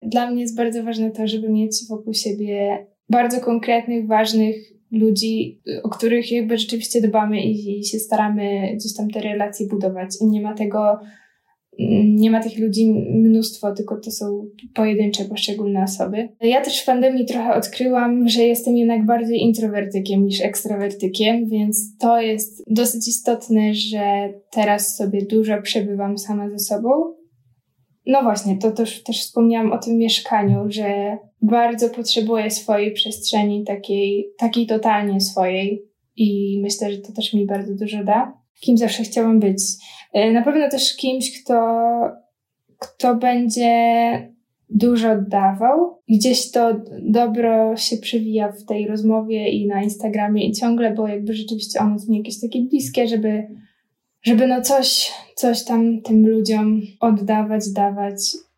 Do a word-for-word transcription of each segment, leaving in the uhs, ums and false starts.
dla mnie jest bardzo ważne to, żeby mieć wokół siebie bardzo konkretnych, ważnych ludzi, o których jakby rzeczywiście dbamy i, i się staramy gdzieś tam te relacje budować. I nie ma tego, nie ma tych ludzi mnóstwo, tylko to są pojedyncze, poszczególne osoby. Ja też w pandemii trochę odkryłam, że jestem jednak bardziej introwertykiem niż ekstrawertykiem, więc to jest dosyć istotne, że teraz sobie dużo przebywam sama ze sobą. No właśnie, to też, też wspomniałam o tym mieszkaniu, że bardzo potrzebuję swojej przestrzeni, takiej, takiej totalnie swojej i myślę, że to też mi bardzo dużo da. Kim zawsze chciałam być. Na pewno też kimś, kto, kto będzie dużo oddawał. Gdzieś to dobro się przewija w tej rozmowie i na Instagramie i ciągle, bo jakby rzeczywiście ono jest mi jakieś takie bliskie, żeby żeby no coś, coś tam tym ludziom oddawać, dawać.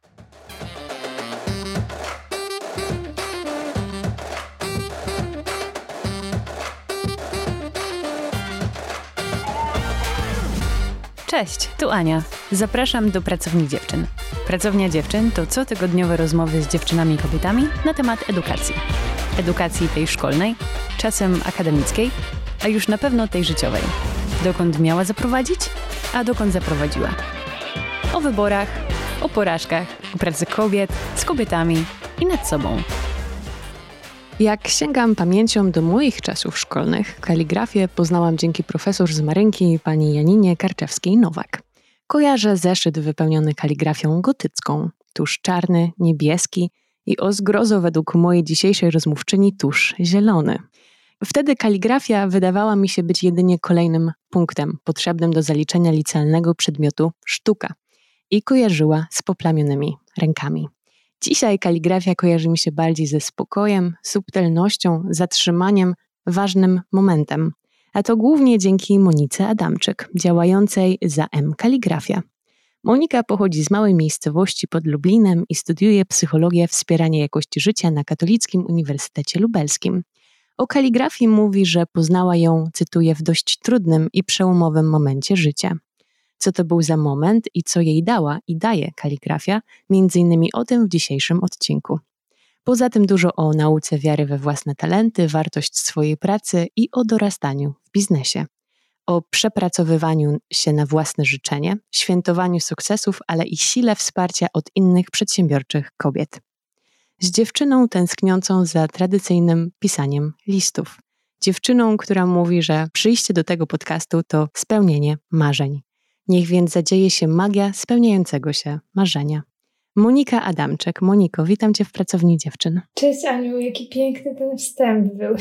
Cześć, tu Ania. Zapraszam do Pracowni Dziewczyn. Pracownia Dziewczyn to cotygodniowe rozmowy z dziewczynami i kobietami na temat edukacji. Edukacji tej szkolnej, czasem akademickiej, a już na pewno tej życiowej. Dokąd miała zaprowadzić, a dokąd zaprowadziła. O wyborach, o porażkach, o pracy kobiet, z kobietami i nad sobą. Jak sięgam pamięcią do moich czasów szkolnych, kaligrafię poznałam dzięki profesor z Marynki, pani Janinie Karczewskiej-Nowak. Kojarzę zeszyt wypełniony kaligrafią gotycką, tusz czarny, niebieski i o zgrozo według mojej dzisiejszej rozmówczyni tusz zielony. Wtedy kaligrafia wydawała mi się być jedynie kolejnym punktem potrzebnym do zaliczenia licealnego przedmiotu sztuka i kojarzyła z poplamionymi rękami. Dzisiaj kaligrafia kojarzy mi się bardziej ze spokojem, subtelnością, zatrzymaniem, ważnym momentem. A to głównie dzięki Monice Adamczyk, działającej za M Kaligrafia. Monika pochodzi z małej miejscowości pod Lublinem i studiuje psychologię wspierania jakości życia na Katolickim Uniwersytecie Lubelskim. O kaligrafii mówi, że poznała ją, cytuję, w dość trudnym i przełomowym momencie życia. Co to był za moment i co jej dała i daje kaligrafia, między innymi o tym w dzisiejszym odcinku. Poza tym dużo o nauce wiary we własne talenty, wartość swojej pracy i o dorastaniu w biznesie. O przepracowywaniu się na własne życzenie, świętowaniu sukcesów, ale i sile wsparcia od innych przedsiębiorczych kobiet. Z dziewczyną tęskniącą za tradycyjnym pisaniem listów. Dziewczyną, która mówi, że przyjście do tego podcastu to spełnienie marzeń. Niech więc zadzieje się magia spełniającego się marzenia. Monika Adamczyk. Moniko, witam Cię w Pracowni Dziewczyn. Cześć Aniu, jaki piękny ten wstęp był.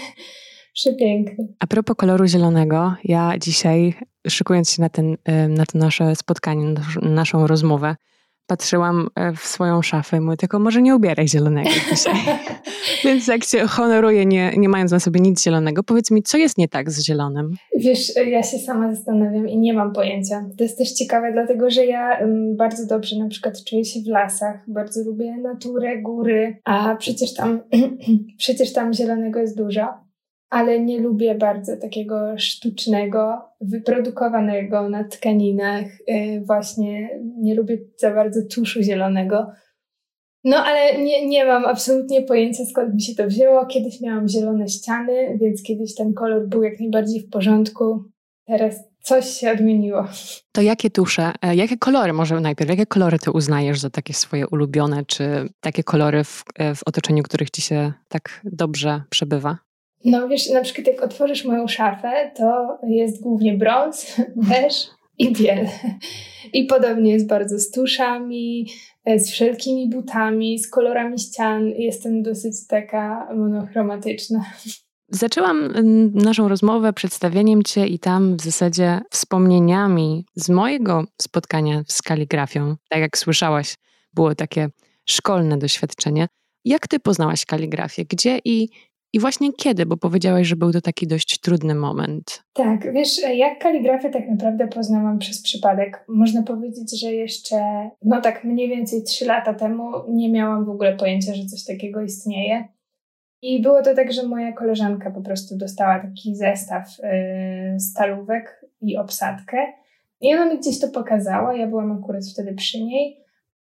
Przepiękny. A propos koloru zielonego, ja dzisiaj, szykując się na, ten, na to nasze spotkanie, na naszą rozmowę, patrzyłam w swoją szafę i mówię, tylko może nie ubieraj zielonego dzisiaj. Więc jak się honoruję, nie, nie mając na sobie nic zielonego, powiedz mi, co jest nie tak z zielonym? Wiesz, ja się sama zastanawiam i nie mam pojęcia. To jest też ciekawe, dlatego że ja um, bardzo dobrze na przykład czuję się w lasach, bardzo lubię naturę, góry, a przecież tam, przecież tam zielonego jest dużo. Ale nie lubię bardzo takiego sztucznego, wyprodukowanego na tkaninach. Yy, właśnie nie lubię za bardzo tuszu zielonego. No ale nie, nie mam absolutnie pojęcia, skąd mi się to wzięło. Kiedyś miałam zielone ściany, więc kiedyś ten kolor był jak najbardziej w porządku. Teraz coś się odmieniło. To jakie tusze, jakie kolory może najpierw, jakie kolory ty uznajesz za takie swoje ulubione, czy takie kolory w, w otoczeniu, których ci się tak dobrze przebywa? No wiesz, na przykład jak otworzysz moją szafę, to jest głównie brąz, beż i biel. I podobnie jest bardzo z tuszami, z wszelkimi butami, z kolorami ścian. Jestem dosyć taka monochromatyczna. Zaczęłam naszą rozmowę przedstawieniem Cię i tam w zasadzie wspomnieniami z mojego spotkania z kaligrafią. Tak jak słyszałaś, było takie szkolne doświadczenie. Jak Ty poznałaś kaligrafię? Gdzie i I właśnie kiedy? Bo powiedziałaś, że był to taki dość trudny moment. Tak, wiesz, jak kaligrafię tak naprawdę poznałam przez przypadek. Można powiedzieć, że jeszcze, no tak mniej więcej trzy lata temu nie miałam w ogóle pojęcia, że coś takiego istnieje. I było to tak, że moja koleżanka po prostu dostała taki zestaw yy, stalówek i obsadkę. I ona mi gdzieś to pokazała, ja byłam akurat wtedy przy niej.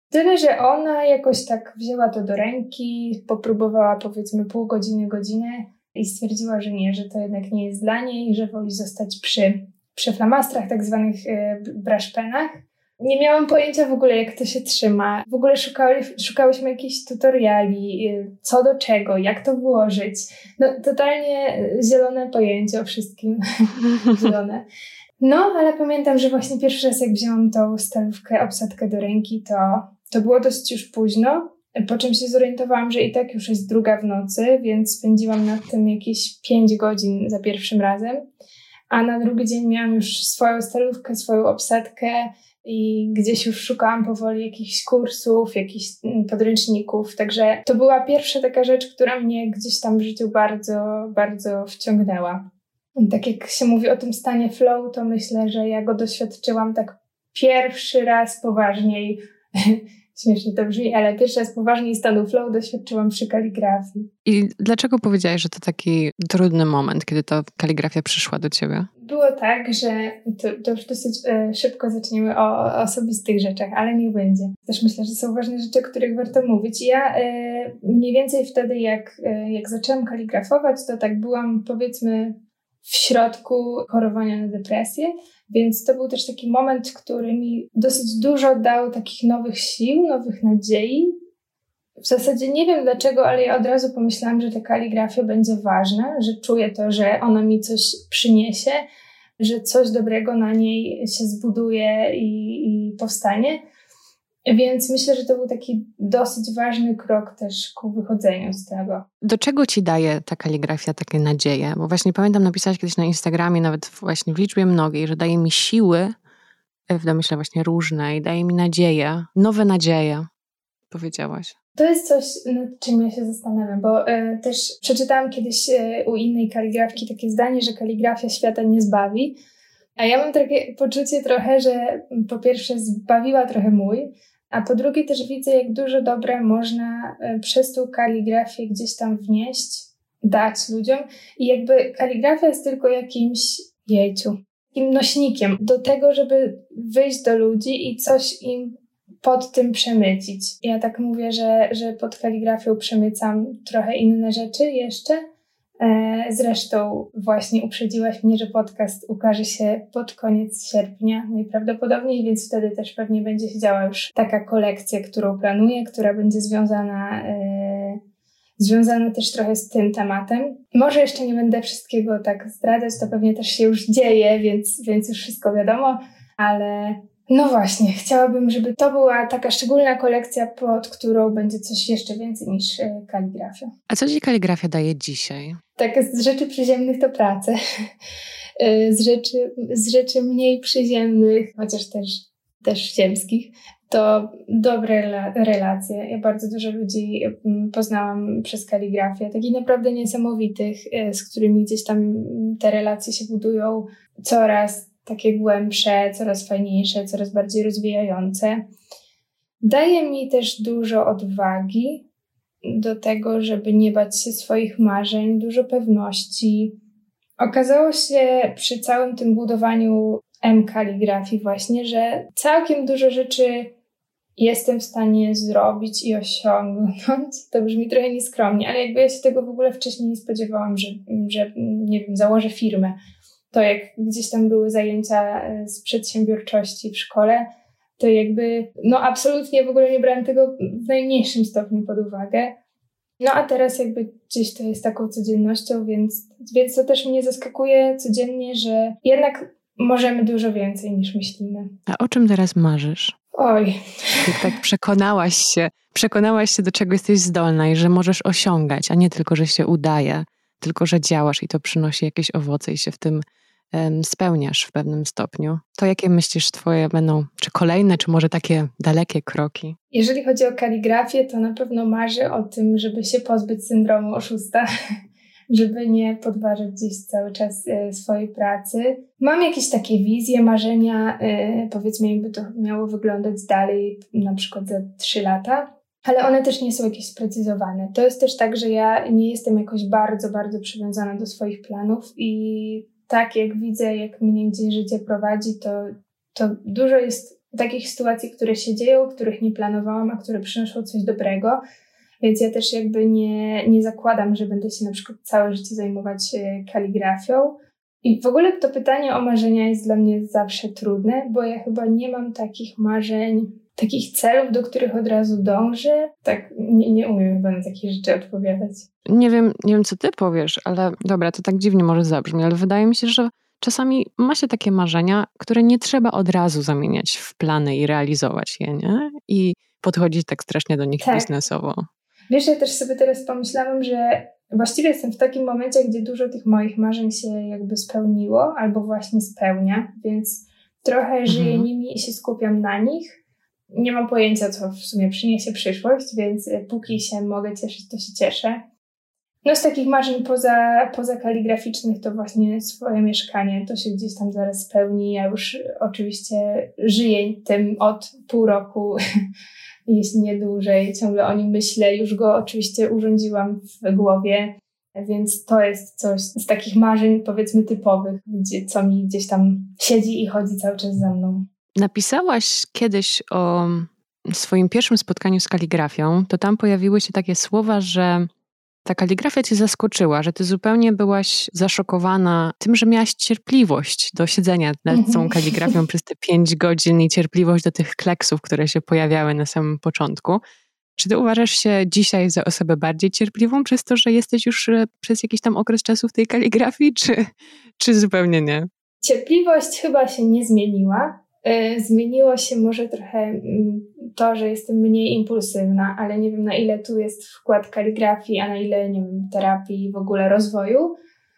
Tyle, że ona jakoś tak wzięła to do ręki, popróbowała powiedzmy pół godziny, godzinę i stwierdziła, że nie, że to jednak nie jest dla niej, że woli zostać przy, przy flamastrach, tak zwanych e, brush penach. Nie miałam pojęcia w ogóle, jak to się trzyma. W ogóle szukały, szukałyśmy jakichś tutoriali, co do czego, jak to włożyć. No totalnie zielone pojęcie o wszystkim. Zielone. No, ale pamiętam, że właśnie pierwszy raz, jak wzięłam tą stalówkę, obsadkę do ręki, to, to było dosyć już późno. Po czym się zorientowałam, że i tak już jest druga w nocy, więc spędziłam nad tym jakieś pięć godzin za pierwszym razem. A na drugi dzień miałam już swoją stalówkę, swoją obsadkę i gdzieś już szukałam powoli jakichś kursów, jakichś podręczników. Także to była pierwsza taka rzecz, która mnie gdzieś tam w życiu bardzo, bardzo wciągnęła. Tak jak się mówi o tym stanie flow, to myślę, że ja go doświadczyłam tak pierwszy raz poważniej. Śmiesznie to brzmi, ale pierwszy raz poważniej stanu flow doświadczyłam przy kaligrafii. I dlaczego powiedziałaś, że to taki trudny moment, kiedy ta kaligrafia przyszła do ciebie? Było tak, że to, to już dosyć e, szybko zaczniemy o, o osobistych rzeczach, ale niech będzie. Też myślę, że są ważne rzeczy, o których warto mówić. Ja e, mniej więcej wtedy, jak, e, jak zaczęłam kaligrafować, to tak byłam, powiedzmy, w środku chorowania na depresję, więc to był też taki moment, który mi dosyć dużo dał takich nowych sił, nowych nadziei. W zasadzie nie wiem dlaczego, ale ja od razu pomyślałam, że ta kaligrafia będzie ważna, że czuję to, że ona mi coś przyniesie, że coś dobrego na niej się zbuduje i, i powstanie. Więc myślę, że to był taki dosyć ważny krok też ku wychodzeniu z tego. Do czego ci daje ta kaligrafia takie nadzieje? Bo właśnie pamiętam, napisałaś kiedyś na Instagramie, nawet właśnie w liczbie mnogiej, że daje mi siły, w domyśle właśnie różnej, daje mi nadzieję, nowe nadzieje, powiedziałaś. To jest coś, nad czym ja się zastanawiam, bo y, też przeczytałam kiedyś y, u innej kaligrafki takie zdanie, że kaligrafia świata nie zbawi, a ja mam takie poczucie trochę, że po pierwsze zbawiła trochę mój, a po drugie też widzę, jak dużo dobra można y, przez tą kaligrafię gdzieś tam wnieść, dać ludziom i jakby kaligrafia jest tylko jakimś jejciu, takim nośnikiem do tego, żeby wyjść do ludzi i coś im pod tym przemycić. Ja tak mówię, że, że pod kaligrafią przemycam trochę inne rzeczy jeszcze. E, zresztą właśnie uprzedziłaś mnie, że podcast ukaże się pod koniec sierpnia najprawdopodobniej, więc wtedy też pewnie będzie się działa już taka kolekcja, którą planuję, która będzie związana, e, związana też trochę z tym tematem. Może jeszcze nie będę wszystkiego tak zdradzać, to pewnie też się już dzieje, więc, więc już wszystko wiadomo, ale no właśnie, chciałabym, żeby to była taka szczególna kolekcja, pod którą będzie coś jeszcze więcej niż e, kaligrafia. A co ci kaligrafia daje dzisiaj? Tak, z rzeczy przyziemnych to pracę. z, rzeczy, z rzeczy mniej przyziemnych, chociaż też, też ziemskich, to dobre rela- relacje. Ja bardzo dużo ludzi poznałam przez kaligrafię, takich naprawdę niesamowitych, z którymi gdzieś tam te relacje się budują coraz takie głębsze, coraz fajniejsze, coraz bardziej rozwijające. Daje mi też dużo odwagi do tego, żeby nie bać się swoich marzeń, dużo pewności. Okazało się przy całym tym budowaniu M-kaligrafii właśnie, że całkiem dużo rzeczy jestem w stanie zrobić i osiągnąć. To brzmi trochę nieskromnie, ale jakby ja się tego w ogóle wcześniej nie spodziewałam, że, że nie wiem, założę firmę. To jak gdzieś tam były zajęcia z przedsiębiorczości w szkole, to jakby no absolutnie w ogóle nie brałam tego w najmniejszym stopniu pod uwagę. No a teraz jakby gdzieś to jest taką codziennością, więc, więc to też mnie zaskakuje codziennie, że jednak możemy dużo więcej niż myślimy. A o czym teraz marzysz? Oj. Jak tak przekonałaś się, przekonałaś się, do czego jesteś zdolna i że możesz osiągać, a nie tylko, że się udaje, tylko, że działasz i to przynosi jakieś owoce i się w tym um, spełniasz w pewnym stopniu. To jakie myślisz twoje będą, czy kolejne, czy może takie dalekie kroki? Jeżeli chodzi o kaligrafię, to na pewno marzę o tym, żeby się pozbyć syndromu oszusta, żeby nie podważać gdzieś cały czas e, swojej pracy. Mam jakieś takie wizje, marzenia, e, powiedzmy jakby to miało wyglądać dalej, na przykład za trzy lata. Ale one też nie są jakieś sprecyzowane. To jest też tak, że ja nie jestem jakoś bardzo, bardzo przywiązana do swoich planów i tak jak widzę, jak mnie gdzieś życie prowadzi, to, to dużo jest takich sytuacji, które się dzieją, których nie planowałam, a które przynoszą coś dobrego. Więc ja też jakby nie, nie zakładam, że będę się na przykład całe życie zajmować kaligrafią. I w ogóle to pytanie o marzenia jest dla mnie zawsze trudne, bo ja chyba nie mam takich marzeń, takich celów, do których od razu dążę. Tak, nie, nie umiem chyba na takie rzeczy odpowiadać. Nie wiem, nie wiem, co ty powiesz, ale dobra, to tak dziwnie może zabrzmi, ale wydaje mi się, że czasami ma się takie marzenia, które nie trzeba od razu zamieniać w plany i realizować je, nie? I podchodzić tak strasznie do nich tak. biznesowo. Wiesz, ja też sobie teraz pomyślałam, że właściwie jestem w takim momencie, gdzie dużo tych moich marzeń się jakby spełniło albo właśnie spełnia, więc trochę mhm. żyję nimi i się skupiam na nich. Nie mam pojęcia, co w sumie przyniesie przyszłość, więc póki się mogę cieszyć, to się cieszę. No z takich marzeń poza, poza kaligraficznych to właśnie swoje mieszkanie, to się gdzieś tam zaraz spełni. Ja już oczywiście żyję tym od pół roku, jeśli nie dłużej. Ciągle o nim myślę, już go oczywiście urządziłam w głowie, więc to jest coś z takich marzeń powiedzmy typowych, gdzie, co mi gdzieś tam siedzi i chodzi cały czas za mną. Napisałaś kiedyś o swoim pierwszym spotkaniu z kaligrafią, to tam pojawiły się takie słowa, że ta kaligrafia cię zaskoczyła, że ty zupełnie byłaś zaszokowana tym, że miałaś cierpliwość do siedzenia nad mm-hmm. tą kaligrafią przez te pięć godzin i cierpliwość do tych kleksów, które się pojawiały na samym początku. Czy ty uważasz się dzisiaj za osobę bardziej cierpliwą przez to, że jesteś już przez jakiś tam okres czasu w tej kaligrafii, czy, czy zupełnie nie? Cierpliwość chyba się nie zmieniła. Zmieniło się może trochę to, że jestem mniej impulsywna, ale nie wiem, na ile tu jest wkład kaligrafii, a na ile, nie wiem, terapii i w ogóle rozwoju.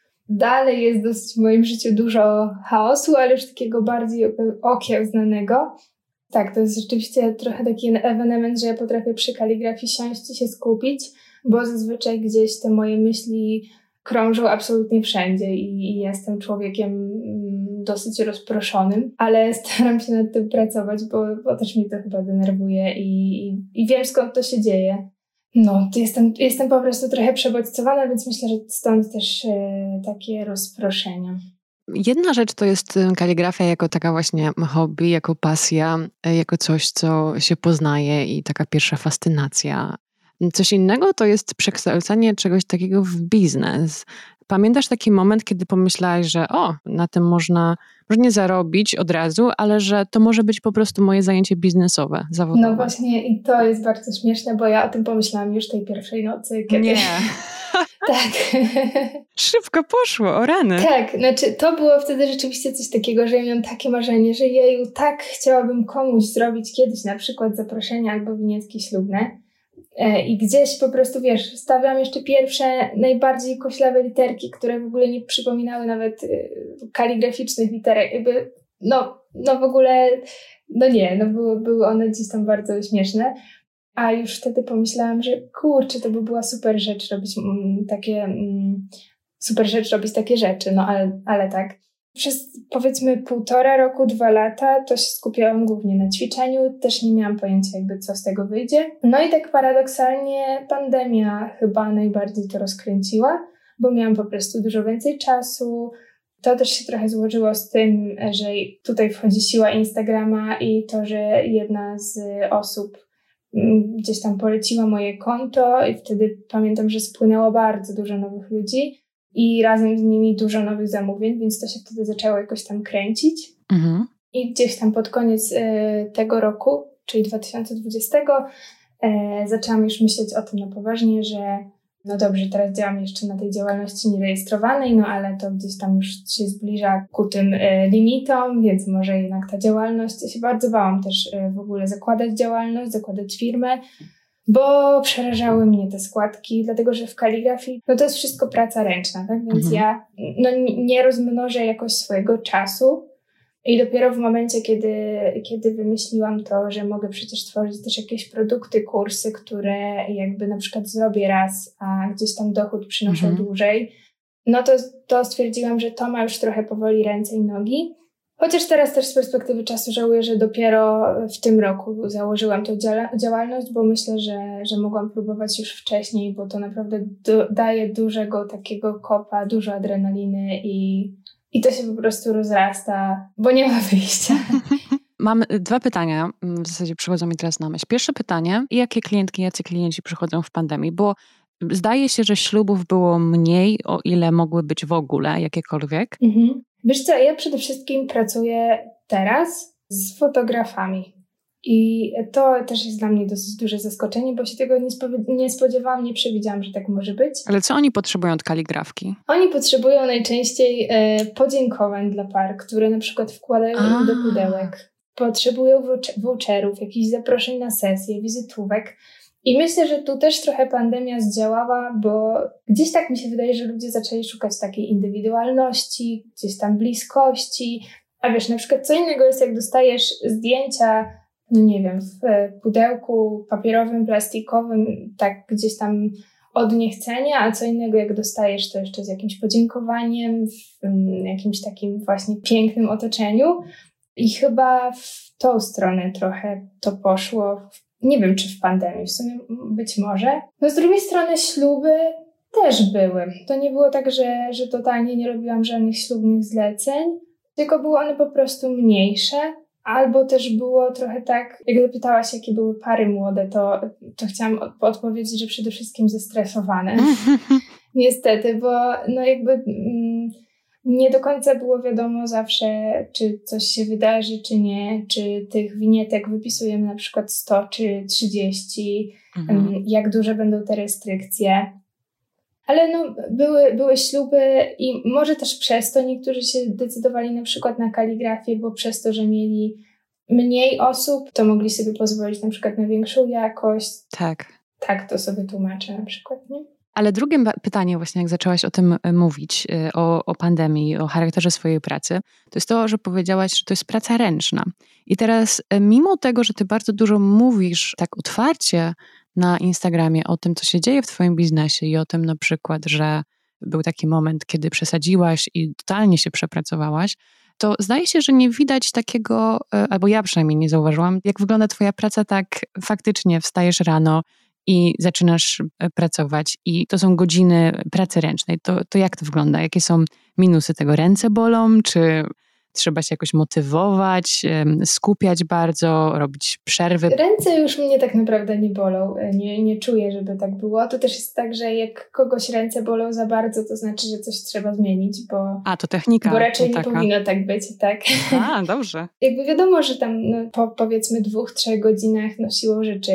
Dalej jest dosyć w moim życiu dużo chaosu, ale już takiego bardziej okiełznanego. Tak, to jest rzeczywiście trochę taki ewenement, że ja potrafię przy kaligrafii siąść i się skupić, bo zazwyczaj gdzieś te moje myśli krążą absolutnie wszędzie i, i jestem człowiekiem dosyć rozproszonym, ale staram się nad tym pracować, bo, bo też mnie to chyba denerwuje i, i, i wiem, skąd to się dzieje. No, jestem, jestem po prostu trochę przebodźcowana, więc myślę, że stąd też e, takie rozproszenia. Jedna rzecz to jest kaligrafia jako taka właśnie hobby, jako pasja, jako coś, co się poznaje i taka pierwsza fascynacja. Coś innego to jest przekształcanie czegoś takiego w biznes. Pamiętasz taki moment, kiedy pomyślałaś, że o, na tym można, można nie zarobić od razu, ale że to może być po prostu moje zajęcie biznesowe, zawodowe? No właśnie i to jest bardzo śmieszne, bo ja o tym pomyślałam już tej pierwszej nocy. Kiedy... Nie. Tak. Szybko poszło, o rany. Tak, znaczy to było wtedy rzeczywiście coś takiego, że ja miałam takie marzenie, że jeju, tak chciałabym komuś zrobić kiedyś na przykład zaproszenie albo winietki ślubne. I gdzieś po prostu, wiesz, stawiam jeszcze pierwsze, najbardziej koślawe literki, które w ogóle nie przypominały nawet kaligraficznych literek. Jakby, no, no w ogóle, no nie, no były, były one gdzieś tam bardzo śmieszne. A już wtedy pomyślałam, że kurczę, to by była super rzecz robić mm, takie, mm, super rzecz robić takie rzeczy, no ale, ale tak. Przez powiedzmy półtora roku, dwa lata to się skupiałam głównie na ćwiczeniu, też nie miałam pojęcia jakby co z tego wyjdzie. No i tak paradoksalnie pandemia chyba najbardziej to rozkręciła, bo miałam po prostu dużo więcej czasu. To też się trochę złożyło z tym, że tutaj wchodzi siła Instagrama i to, że jedna z osób gdzieś tam poleciła moje konto i wtedy pamiętam, że spłynęło bardzo dużo nowych ludzi. I razem z nimi dużo nowych zamówień, więc to się wtedy zaczęło jakoś tam kręcić. Mhm. I gdzieś tam pod koniec y, tego roku, czyli dwa tysiące dwudziestego, y, zaczęłam już myśleć o tym na poważnie, że no dobrze, teraz działam jeszcze na tej działalności nierejestrowanej, no ale to gdzieś tam już się zbliża ku tym y, limitom, więc może jednak ta działalność, ja się bardzo bałam też y, w ogóle zakładać działalność, zakładać firmę, bo przerażały mnie te składki, dlatego że w kaligrafii no to jest wszystko praca ręczna, tak? Więc mhm. ja no, nie rozmnożę jakoś swojego czasu i dopiero w momencie, kiedy, kiedy wymyśliłam to, że mogę przecież tworzyć też jakieś produkty, kursy, które jakby na przykład zrobię raz, a gdzieś tam dochód przynoszą mhm. dłużej, no to, to stwierdziłam, że to ma już trochę powoli ręce i nogi. Chociaż teraz też z perspektywy czasu żałuję, że dopiero w tym roku założyłam tę działalność, bo myślę, że, że mogłam próbować już wcześniej, bo to naprawdę do, daje dużego takiego kopa, dużo adrenaliny i, i to się po prostu rozrasta, bo nie ma wyjścia. Mam dwa pytania, w zasadzie przychodzą mi teraz na myśl. Pierwsze pytanie, jakie klientki, jacy klienci przychodzą w pandemii? Bo zdaje się, że ślubów było mniej, o ile mogły być w ogóle, jakiekolwiek. Mhm. Wiesz co, ja przede wszystkim pracuję teraz z fotografami. I to też jest dla mnie dosyć duże zaskoczenie, bo się tego nie, spo- nie spodziewałam, nie przewidziałam, że tak może być. Ale co oni potrzebują od kaligrafki? Oni potrzebują najczęściej e, podziękowań dla par, które na przykład wkładają A. im do pudełek. Potrzebują voucherów, jakichś zaproszeń na sesję, wizytówek. I myślę, że tu też trochę pandemia zdziałała, bo gdzieś tak mi się wydaje, że ludzie zaczęli szukać takiej indywidualności, gdzieś tam bliskości. A wiesz, na przykład co innego jest, jak dostajesz zdjęcia, no nie wiem, w pudełku papierowym, plastikowym, tak gdzieś tam od niechcenia, a co innego jak dostajesz to jeszcze z jakimś podziękowaniem, w jakimś takim właśnie pięknym otoczeniu. I chyba w tą stronę trochę to poszło. Nie wiem, czy w pandemii, w sumie być może. No z drugiej strony śluby też były. To nie było tak, że, że totalnie nie robiłam żadnych ślubnych zleceń, tylko były one po prostu mniejsze. Albo też było trochę tak, jak zapytałaś, jakie były pary młode, to, to chciałam od- odpowiedzieć, że przede wszystkim zestresowane. Niestety, bo no jakby mm, nie do końca było wiadomo zawsze, czy coś się wydarzy, czy nie, czy tych winietek wypisujemy na przykład sto czy trzydzieści, Mhm. em, jak duże będą te restrykcje. Ale no, były, były śluby i może też przez to niektórzy się decydowali na przykład na kaligrafię, bo przez to, że mieli mniej osób, to mogli sobie pozwolić na przykład na większą jakość. Tak. Tak to sobie tłumaczę na przykład, nie? Ale drugie ba- pytanie właśnie, jak zaczęłaś o tym y, mówić, y, o, o pandemii, o charakterze swojej pracy, to jest to, że powiedziałaś, że to jest praca ręczna. I teraz y, mimo tego, że ty bardzo dużo mówisz tak otwarcie na Instagramie o tym, co się dzieje w twoim biznesie i o tym na przykład, że był taki moment, kiedy przesadziłaś i totalnie się przepracowałaś, to zdaje się, że nie widać takiego, y, albo ja przynajmniej nie zauważyłam, jak wygląda twoja praca tak faktycznie. Wstajesz rano i zaczynasz e, pracować i to są godziny pracy ręcznej. To, to jak to wygląda? Jakie są minusy tego? Ręce bolą? Czy trzeba się jakoś motywować, em, skupiać bardzo, robić przerwy? Ręce już mnie tak naprawdę nie bolą. Nie, nie czuję, żeby tak było. To też jest tak, że jak kogoś ręce bolą za bardzo, to znaczy, że coś trzeba zmienić, bo, A, to technika. bo raczej nie taka. powinno tak być, tak? A, dobrze. Jakby wiadomo, że tam no, po powiedzmy dwóch, trzech godzinach no, siłą rzeczy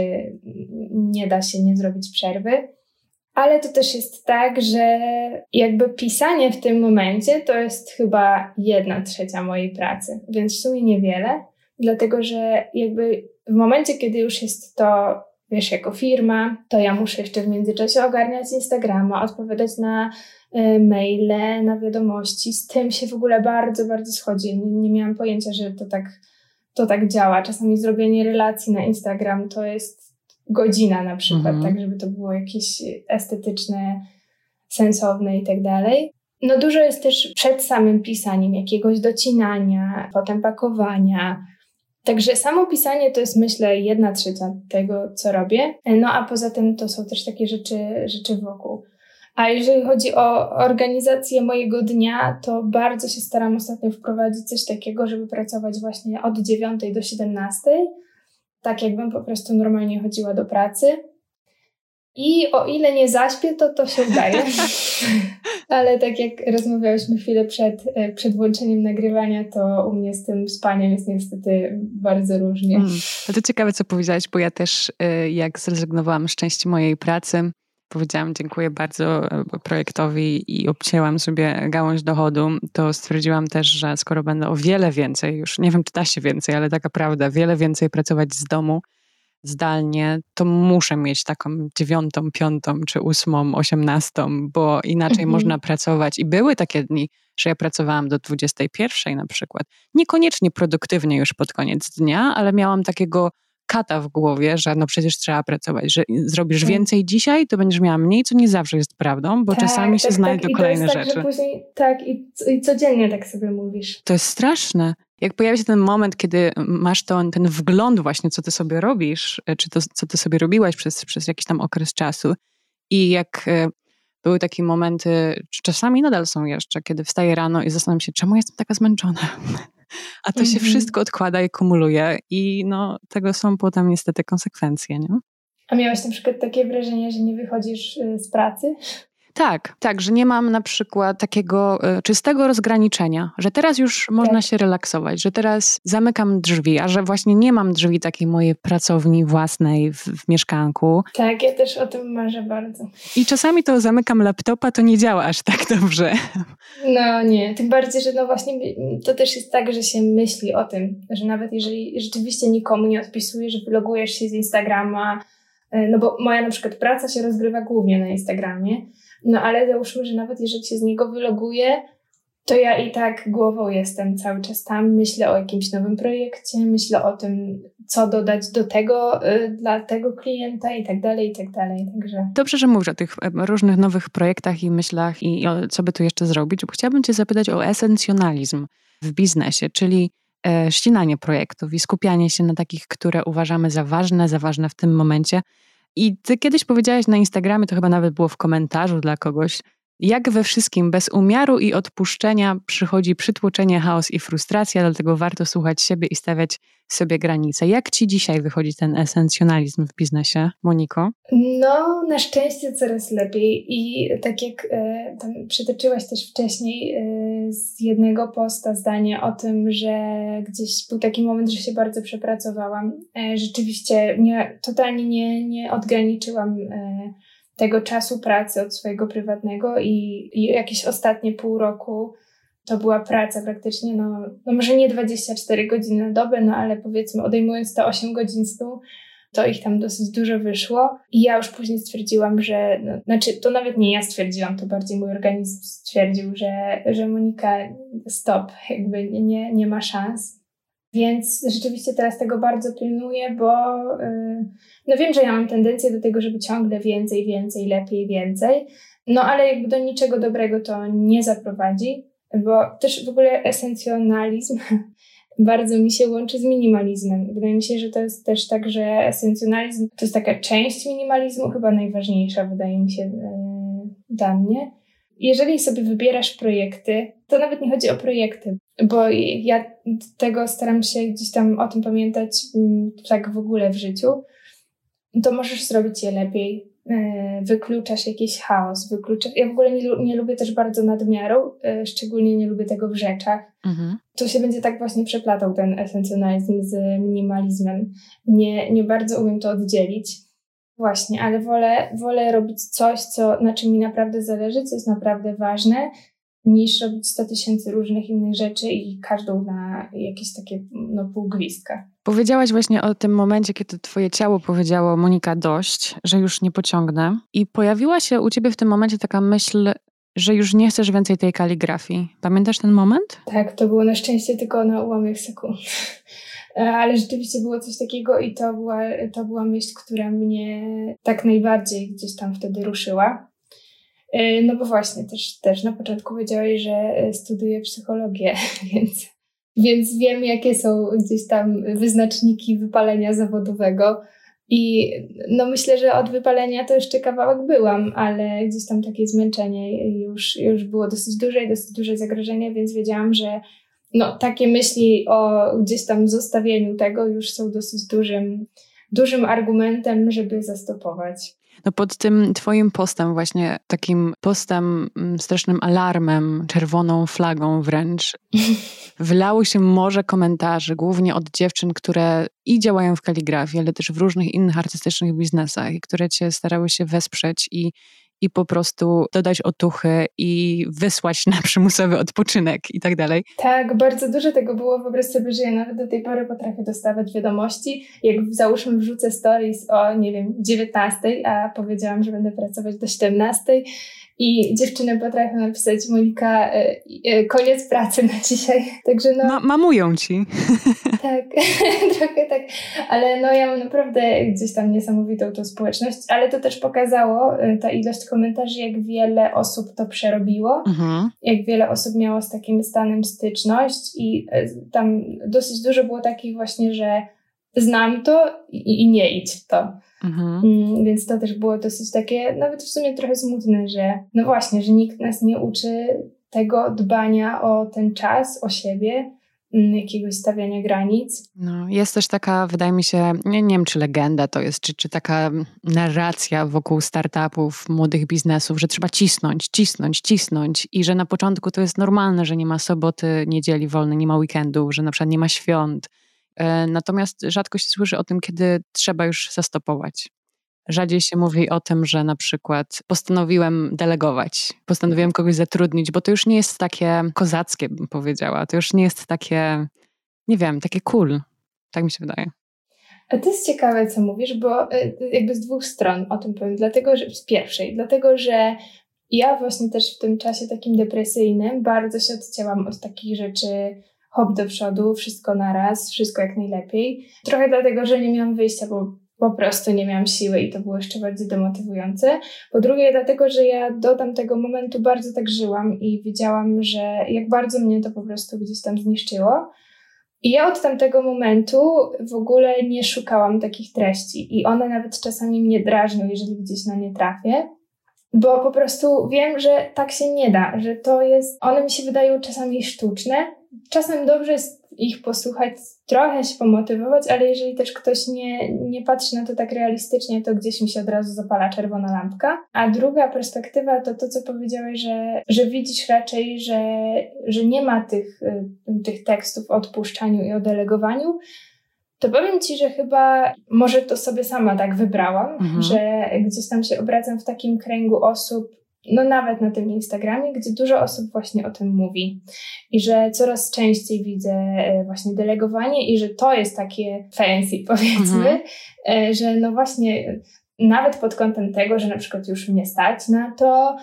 nie da się nie zrobić przerwy. Ale to też jest tak, że jakby pisanie w tym momencie to jest chyba jedna trzecia mojej pracy, więc w sumie niewiele, dlatego że jakby w momencie, kiedy już jest to, wiesz, jako firma, to ja muszę jeszcze w międzyczasie ogarniać Instagrama, odpowiadać na y, maile, na wiadomości. Z tym się w ogóle bardzo, bardzo schodzi. Nie, nie miałam pojęcia, że to tak, to tak działa. Czasami zrobienie relacji na Instagram to jest godzina na przykład, Mhm. tak, żeby to było jakieś estetyczne, sensowne i tak dalej. No dużo jest też przed samym pisaniem, jakiegoś docinania, potem pakowania. Także samo pisanie to jest, myślę, jedna trzecia tego, co robię. No a poza tym to są też takie rzeczy, rzeczy wokół. A jeżeli chodzi o organizację mojego dnia, to bardzo się staram ostatnio wprowadzić coś takiego, żeby pracować właśnie od dziewiątej do siedemnastej. Tak jakbym po prostu normalnie chodziła do pracy. I o ile nie zaśpię, to to się udaje. Ale tak jak rozmawiałyśmy chwilę przed, przed włączeniem nagrywania, to u mnie z tym spaniem jest niestety bardzo różnie. Mm. No to ciekawe, co powiedziałaś, bo ja też y, jak zrezygnowałam z części mojej pracy, powiedziałam dziękuję bardzo y, projektowi i obcięłam sobie gałąź dochodu, to stwierdziłam też, że skoro będę o wiele więcej, już nie wiem, czy da się więcej, ale taka prawda, wiele więcej pracować z domu, zdalnie, to muszę mieć taką dziewiątą, piątą, czy ósmą, osiemnastą, bo inaczej Mhm. można pracować. I były takie dni, że ja pracowałam do dwudziestej pierwszej na przykład. Niekoniecznie produktywnie już pod koniec dnia, ale miałam takiego kata w głowie, że no przecież trzeba pracować, że zrobisz Tak. więcej dzisiaj, to będziesz miała mniej, co nie zawsze jest prawdą, bo Tak, czasami się tak, znajdą tak. I kolejne to jest tak, rzeczy. że później, tak, i, i codziennie tak sobie mówisz. To jest straszne. Jak pojawia się ten moment, kiedy masz to, ten wgląd właśnie, co ty sobie robisz, czy to, co ty sobie robiłaś przez, przez jakiś tam okres czasu i jak e, były takie momenty, czasami nadal są jeszcze, kiedy wstaję rano i zastanawiam się, czemu jestem taka zmęczona. a to się wszystko odkłada i kumuluje i no tego są potem niestety konsekwencje, nie? A miałaś na przykład takie wrażenie, że nie wychodzisz z pracy? Tak, tak, że nie mam na przykład takiego y, czystego rozgraniczenia, że teraz już można tak. się relaksować, że teraz zamykam drzwi, a że właśnie nie mam drzwi takiej mojej pracowni własnej w, w mieszkanku. Tak, ja też o tym marzę bardzo. I czasami to zamykam laptopa, to nie działa aż tak dobrze. No nie, tym bardziej, że no właśnie to też jest tak, że się myśli o tym, że nawet jeżeli rzeczywiście nikomu nie odpisujesz, wylogujesz się z Instagrama, no bo moja na przykład praca się rozgrywa głównie na Instagramie, no ale załóżmy, że nawet jeżeli się z niego wyloguję, to ja i tak głową jestem cały czas tam, myślę o jakimś nowym projekcie, myślę o tym, co dodać do tego y, dla tego klienta i tak dalej, i tak dalej. Także... Dobrze, że mówisz o tych różnych nowych projektach i myślach i o co by tu jeszcze zrobić, bo chciałabym cię zapytać o esencjonalizm w biznesie, czyli e, ścinanie projektów i skupianie się na takich, które uważamy za ważne, za ważne w tym momencie. I ty kiedyś powiedziałaś na Instagramie, to chyba nawet było w komentarzu dla kogoś, jak we wszystkim bez umiaru i odpuszczenia przychodzi przytłoczenie, chaos i frustracja, dlatego warto słuchać siebie i stawiać sobie granice. Jak ci dzisiaj wychodzi ten esencjonalizm w biznesie, Moniko? No, na szczęście coraz lepiej i tak jak e, tam przytoczyłaś też wcześniej e, z jednego posta zdanie o tym, że gdzieś był taki moment, że się bardzo przepracowałam. E, rzeczywiście nie, totalnie nie, nie odgraniczyłam e, tego czasu pracy od swojego prywatnego i, i jakieś ostatnie pół roku to była praca praktycznie, no, no może nie dwadzieścia cztery godziny na dobę, no ale powiedzmy odejmując te osiem godzin snu, to ich tam dosyć dużo wyszło i ja już później stwierdziłam, że, no, znaczy to nawet nie ja stwierdziłam, to bardziej mój organizm stwierdził, że, że Monika stop, jakby nie, nie ma szans. Więc rzeczywiście teraz tego bardzo pilnuję, bo yy, no wiem, że ja mam tendencję do tego, żeby ciągle więcej, więcej, lepiej, więcej, no ale jakby do niczego dobrego to nie zaprowadzi, bo też w ogóle esencjonalizm bardzo mi się łączy z minimalizmem. Wydaje mi się, że to jest też tak, że esencjonalizm to jest taka część minimalizmu, chyba najważniejsza, wydaje mi się, yy, dla mnie. Jeżeli sobie wybierasz projekty, to nawet nie chodzi o projekty, bo ja tego staram się gdzieś tam o tym pamiętać tak w ogóle w życiu, to możesz zrobić je lepiej. Wykluczasz jakiś chaos, wykluczasz... Ja w ogóle nie, nie lubię też bardzo nadmiaru, szczególnie nie lubię tego w rzeczach. Mhm. Tu się będzie tak właśnie przeplatał ten esencjonalizm z minimalizmem. Nie, nie bardzo umiem to oddzielić. Właśnie, ale wolę, wolę robić coś, co, na czym mi naprawdę zależy, co jest naprawdę ważne, niż robić sto tysięcy różnych innych rzeczy i każdą na jakieś takie no, półgwistka. Powiedziałaś właśnie o tym momencie, kiedy twoje ciało powiedziało Monika dość, że już nie pociągnę i pojawiła się u ciebie w tym momencie taka myśl, że już nie chcesz więcej tej kaligrafii. Pamiętasz ten moment? Tak, to było na szczęście tylko na ułamek sekund. Ale rzeczywiście było coś takiego i to była, to była myśl, która mnie tak najbardziej gdzieś tam wtedy ruszyła. No bo właśnie, też, też na początku powiedziałeś, że studiuję psychologię, więc, więc wiem, jakie są gdzieś tam wyznaczniki wypalenia zawodowego. I no myślę, że od wypalenia to jeszcze kawałek byłam, ale gdzieś tam takie zmęczenie już, już było dosyć duże i dosyć duże zagrożenie, więc wiedziałam, że no, takie myśli o gdzieś tam zostawieniu tego już są dosyć dużym, dużym argumentem, żeby zastopować. No pod tym twoim postem właśnie, takim postem, strasznym alarmem, czerwoną flagą wręcz, wylało się morze komentarzy, głównie od dziewczyn, które i działają w kaligrafii, ale też w różnych innych artystycznych biznesach i które cię starały się wesprzeć i i po prostu dodać otuchy i wysłać na przymusowy odpoczynek i tak dalej. Tak, bardzo dużo tego było. Wyobraź sobie, że ja nawet do tej pory potrafię dostawać wiadomości. Jak załóżmy wrzucę stories o, nie wiem, dziewiętnastej, a powiedziałam, że będę pracować do siedemnastej i dziewczyny potrafią napisać: Monika, e, e, koniec pracy na dzisiaj. Także no... Ma- mamują ci. Tak, trochę tak. Ale no ja mam naprawdę gdzieś tam niesamowitą tą społeczność, ale to też pokazało, ta ilość komentarzy, jak wiele osób to przerobiło, mhm. jak wiele osób miało z takim stanem styczność i tam dosyć dużo było takich właśnie, że znam to i, i nie idź w to. Mhm. Mm, więc to też było dosyć takie, nawet w sumie trochę smutne, że no właśnie, że nikt nas nie uczy tego dbania o ten czas, o siebie, jakiegoś stawiania granic. No, jest też taka, wydaje mi się, nie, nie wiem czy legenda to jest, czy, czy taka narracja wokół startupów, młodych biznesów, że trzeba cisnąć, cisnąć, cisnąć i że na początku to jest normalne, że nie ma soboty, niedzieli wolnej, nie ma weekendów, że na przykład nie ma świąt. Natomiast rzadko się słyszy o tym, kiedy trzeba już zastopować. Rzadziej się mówi o tym, że na przykład postanowiłem delegować, postanowiłem kogoś zatrudnić, bo to już nie jest takie kozackie, bym powiedziała. To już nie jest takie, nie wiem, takie cool. Tak mi się wydaje. A to jest ciekawe, co mówisz, bo jakby z dwóch stron o tym powiem. Dlatego, że z pierwszej, dlatego, że ja właśnie też w tym czasie takim depresyjnym bardzo się odcięłam od takich rzeczy hop do przodu, wszystko naraz, wszystko jak najlepiej. Trochę dlatego, że nie miałam wyjścia, bo po prostu nie miałam siły i to było jeszcze bardziej demotywujące. Po drugie dlatego, że ja do tamtego momentu bardzo tak żyłam i wiedziałam, że jak bardzo mnie to po prostu gdzieś tam zniszczyło. I ja od tamtego momentu w ogóle nie szukałam takich treści i one nawet czasami mnie drażnią, jeżeli gdzieś na nie trafię, bo po prostu wiem, że tak się nie da, że to jest, one mi się wydają czasami sztuczne. Czasem dobrze jest ich posłuchać, trochę się pomotywować, ale jeżeli też ktoś nie, nie patrzy na to tak realistycznie, to gdzieś mi się od razu zapala czerwona lampka. A druga perspektywa to to, co powiedziałeś, że, że widzisz raczej, że, że nie ma tych, tych tekstów o odpuszczaniu i o delegowaniu, to powiem Ci, że chyba może to sobie sama tak wybrałam, mhm. że gdzieś tam się obracam w takim kręgu osób, no nawet na tym Instagramie, gdzie dużo osób właśnie o tym mówi i że coraz częściej widzę właśnie delegowanie i że to jest takie fancy, powiedzmy, mhm. że no właśnie nawet pod kątem tego, że na przykład już mnie stać na to,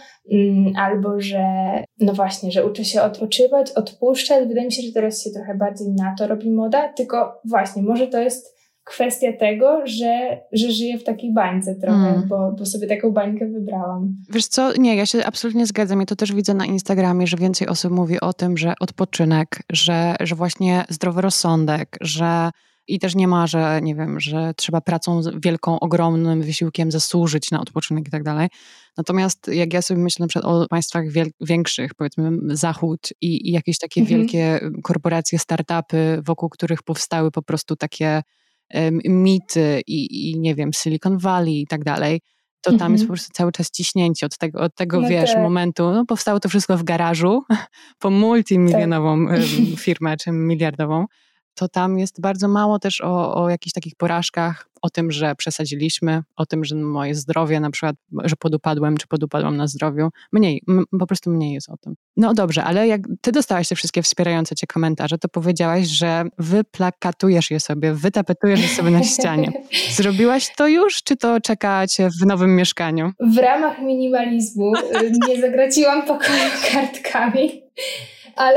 albo że no właśnie, że uczę się odpoczywać, odpuszczać. Wydaje mi się, że teraz się trochę bardziej na to robi moda, tylko właśnie może to jest kwestia tego, że, że żyję w takiej bańce trochę, mm. bo, bo sobie taką bańkę wybrałam. Wiesz co, nie, ja się absolutnie zgadzam. Ja to też widzę na Instagramie, że więcej osób mówi o tym, że odpoczynek, że, że właśnie zdrowy rozsądek, że i też nie ma, że nie wiem, że trzeba pracą wielką, ogromnym wysiłkiem zasłużyć na odpoczynek i tak dalej. Natomiast jak ja sobie myślę na przykład o państwach wiel- większych, powiedzmy Zachód i, i jakieś takie mhm. wielkie korporacje, startupy, wokół których powstały po prostu takie um, mity i, i nie wiem, Silicon Valley i tak dalej, to mhm. tam jest po prostu cały czas ciśnięcie od tego, od tego no wiesz, te... momentu. No, powstało to wszystko w garażu po multimilionową tak. firmę, czy miliardową. To tam jest bardzo mało też o, o jakichś takich porażkach, o tym, że przesadziliśmy, o tym, że moje zdrowie na przykład, że podupadłem, czy podupadłam na zdrowiu. Mniej, m- po prostu mniej jest o tym. No dobrze, ale jak ty dostałaś te wszystkie wspierające cię komentarze, to powiedziałaś, że wyplakatujesz je sobie, wytapetujesz je sobie na ścianie. Zrobiłaś to już, czy to czeka cię w nowym mieszkaniu? W ramach minimalizmu nie zagraciłam pokoju kartkami. Ale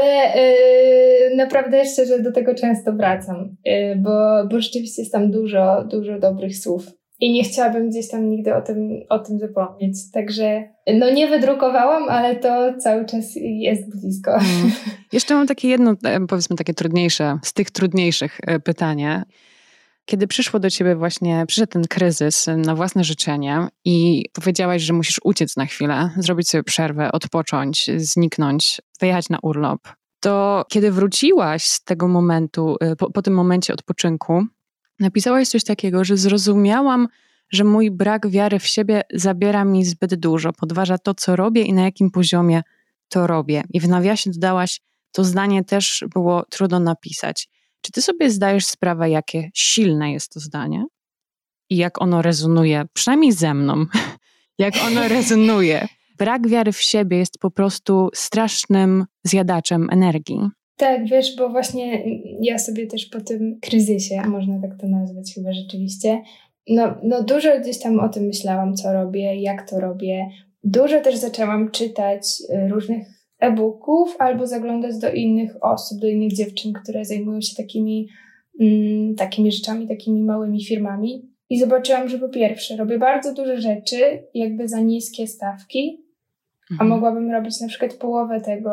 yy, naprawdę szczerze do tego często wracam, yy, bo, bo rzeczywiście jest tam dużo, dużo dobrych słów i nie chciałabym gdzieś tam nigdy o tym, o tym zapomnieć. Także no nie wydrukowałam, ale to cały czas jest blisko. Hmm. Jeszcze mam takie jedno, powiedzmy takie trudniejsze, z tych trudniejszych pytanie. Kiedy przyszło do ciebie właśnie, przyszedł ten kryzys na własne życzenie i powiedziałaś, że musisz uciec na chwilę, zrobić sobie przerwę, odpocząć, zniknąć, wyjechać na urlop, to kiedy wróciłaś z tego momentu, po, po tym momencie odpoczynku, napisałaś coś takiego, że zrozumiałam, że mój brak wiary w siebie zabiera mi zbyt dużo, podważa to, co robię i na jakim poziomie to robię. I w nawiasie dodałaś, to zdanie też było trudno napisać. Czy ty sobie zdajesz sprawę, jakie silne jest to zdanie i jak ono rezonuje, przynajmniej ze mną, jak ono rezonuje? Brak wiary w siebie jest po prostu strasznym zjadaczem energii. Tak, wiesz, bo właśnie ja sobie też po tym kryzysie, można tak to nazwać chyba rzeczywiście, no, no dużo gdzieś tam o tym myślałam, co robię, jak to robię. Dużo też zaczęłam czytać różnych e-booków albo zaglądać do innych osób, do innych dziewczyn, które zajmują się takimi, mm, takimi rzeczami, takimi małymi firmami i zobaczyłam, że po pierwsze robię bardzo dużo rzeczy jakby za niskie stawki, mhm. a mogłabym robić na przykład połowę tego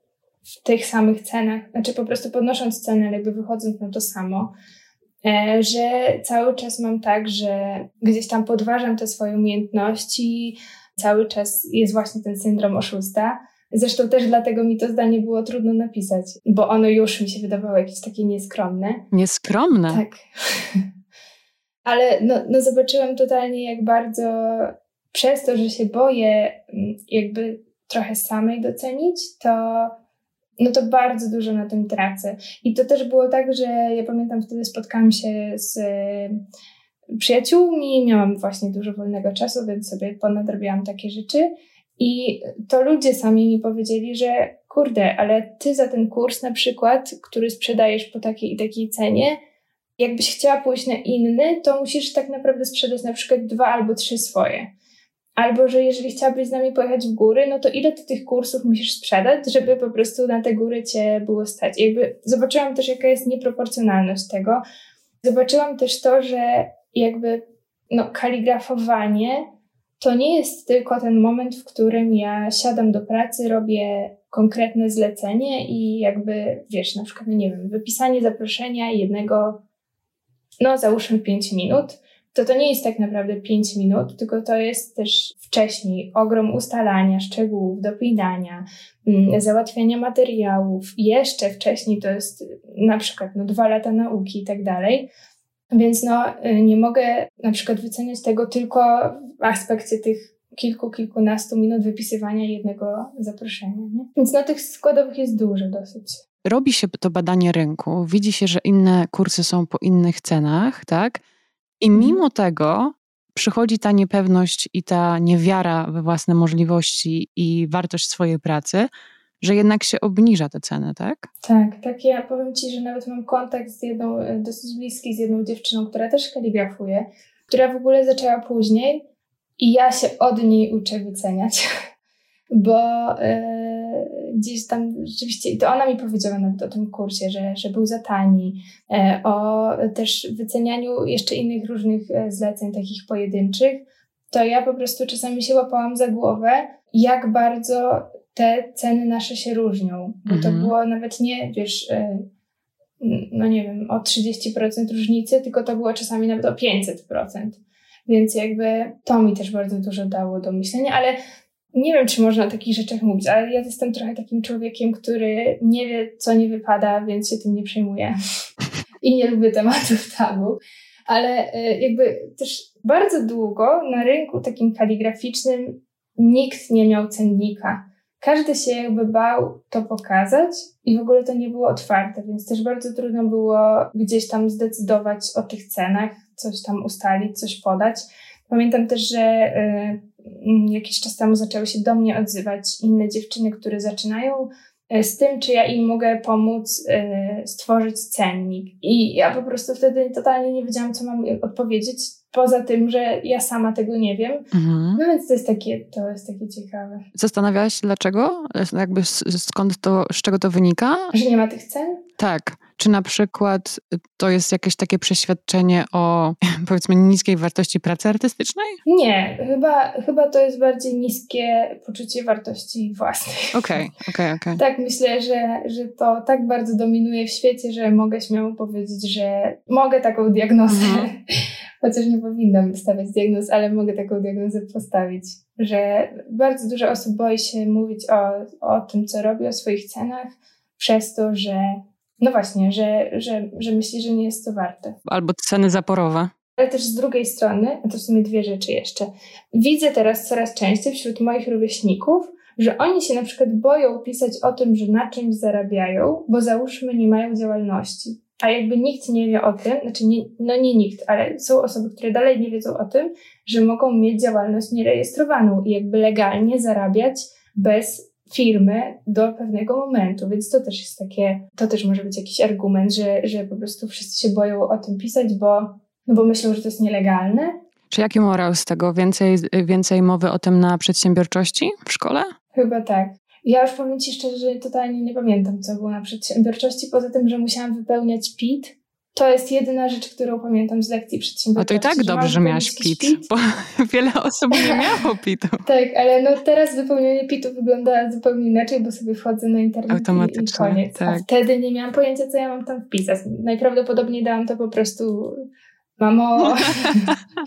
w tych samych cenach, znaczy po prostu podnosząc cenę, ale jakby wychodząc na to samo, e, że cały czas mam tak, że gdzieś tam podważam te swoje umiejętności, cały czas jest właśnie ten syndrom oszusta, Zresztą też dlatego mi to zdanie było trudno napisać, bo ono już mi się wydawało jakieś takie nieskromne. Nieskromne? Tak. Ale no, no zobaczyłam totalnie, jak bardzo przez to, że się boję jakby trochę samej docenić, to no to bardzo dużo na tym tracę. I to też było tak, że ja pamiętam, wtedy spotkałam się z przyjaciółmi, miałam właśnie dużo wolnego czasu, więc sobie ponadrobiłam takie rzeczy. I to ludzie sami mi powiedzieli, że kurde, ale ty za ten kurs na przykład, który sprzedajesz po takiej i takiej cenie, jakbyś chciała pójść na inny, to musisz tak naprawdę sprzedać na przykład dwa albo trzy swoje. Albo, że jeżeli chciałabyś z nami pojechać w góry, no to ile ty tych kursów musisz sprzedać, żeby po prostu na te góry cię było stać. I jakby zobaczyłam też, jaka jest nieproporcjonalność tego. Zobaczyłam też to, że jakby no, kaligrafowanie to nie jest tylko ten moment, w którym ja siadam do pracy, robię konkretne zlecenie i jakby, wiesz, na przykład, no nie wiem, wypisanie zaproszenia jednego, no załóżmy pięć minut, to to nie jest tak naprawdę pięć minut, tylko to jest też wcześniej ogrom ustalania szczegółów, dopinania, mm, załatwiania materiałów. Jeszcze wcześniej to jest na przykład no, dwa lata nauki i tak dalej. Więc no nie mogę na przykład wyceniać tego tylko w aspekcie tych kilku, kilkunastu minut wypisywania jednego zaproszenia. Nie? Więc no tych składowych jest dużo dosyć. Robi się to badanie rynku, widzi się, że inne kursy są po innych cenach, tak? I mimo tego przychodzi ta niepewność i ta niewiara we własne możliwości i wartość swojej pracy, że jednak się obniża te ceny, tak? Tak, tak. Ja powiem Ci, że nawet mam kontakt z jedną, dosyć bliski, z jedną dziewczyną, która też kaligrafuje, która w ogóle zaczęła później i ja się od niej uczę wyceniać, bo yy, gdzieś tam rzeczywiście, i to ona mi powiedziała nawet o tym kursie, że, że był za tani, yy, o też wycenianiu jeszcze innych różnych zleceń, takich pojedynczych, to ja po prostu czasami się łapałam za głowę, jak bardzo te ceny nasze się różnią, bo to mhm. było nawet nie, wiesz, no nie wiem, o trzydzieści procent różnicy, tylko to było czasami nawet o pięćset procent. Więc jakby to mi też bardzo dużo dało do myślenia, ale nie wiem, czy można o takich rzeczach mówić, ale ja jestem trochę takim człowiekiem, który nie wie, co nie wypada, więc się tym nie przejmuję. I nie lubię tematów tabu. Ale jakby też bardzo długo na rynku takim kaligraficznym nikt nie miał cennika. Każdy się jakby bał to pokazać i w ogóle to nie było otwarte, więc też bardzo trudno było gdzieś tam zdecydować o tych cenach, coś tam ustalić, coś podać. Pamiętam też, że y, jakiś czas temu zaczęły się do mnie odzywać inne dziewczyny, które zaczynają y, z tym, czy ja im mogę pomóc y, stworzyć cennik. I ja po prostu wtedy totalnie nie wiedziałam, co mam odpowiedzieć, poza tym, że ja sama tego nie wiem. Mhm. No więc to jest takie, to jest takie ciekawe. Zastanawiałaś się dlaczego? Jakby skąd to, z czego to wynika? Że nie ma tych cen? Tak. Czy na przykład to jest jakieś takie przeświadczenie o, powiedzmy, niskiej wartości pracy artystycznej? Nie. Chyba, chyba to jest bardziej niskie poczucie wartości własnej. Okej, okej, okej. Tak, myślę, że, że to tak bardzo dominuje w świecie, że mogę śmiało powiedzieć, że mogę taką diagnozę, mhm. chociaż nie powinnam stawiać diagnoz, ale mogę taką diagnozę postawić, że bardzo dużo osób boi się mówić o, o tym, co robi, o swoich cenach, przez to, że no właśnie, że, że, że myśli, że nie jest to warte. Albo ceny zaporowe. Ale też z drugiej strony, a to w sumie dwie rzeczy jeszcze, widzę teraz coraz częściej wśród moich rówieśników, że oni się na przykład boją pisać o tym, że na czymś zarabiają, bo załóżmy nie mają działalności. A jakby nikt nie wie o tym, znaczy nie, no nie nikt, ale są osoby, które dalej nie wiedzą o tym, że mogą mieć działalność nierejestrowaną i jakby legalnie zarabiać bez firmy do pewnego momentu, więc to też jest takie, to też może być jakiś argument, że, że po prostu wszyscy się boją o tym pisać, bo, no bo myślą, że to jest nielegalne. Czy jaki morał z tego? Więcej, więcej mowy o tym na przedsiębiorczości w szkole? Chyba tak. Ja już powiem Ci szczerze, że totalnie nie pamiętam, co było na przedsiębiorczości, poza tym, że musiałam wypełniać P I T. To jest jedyna rzecz, którą pamiętam z lekcji przedsiębiorczości. A to i tak dobrze, że miałaś P I T, P I T, bo wiele osób nie miało P I T-u. Tak, ale no teraz wypełnienie P I T-u wygląda zupełnie inaczej, bo sobie wchodzę na internet i, i koniec. Tak. A wtedy nie miałam pojęcia, co ja mam tam wpisać. Najprawdopodobniej dałam to po prostu mamo.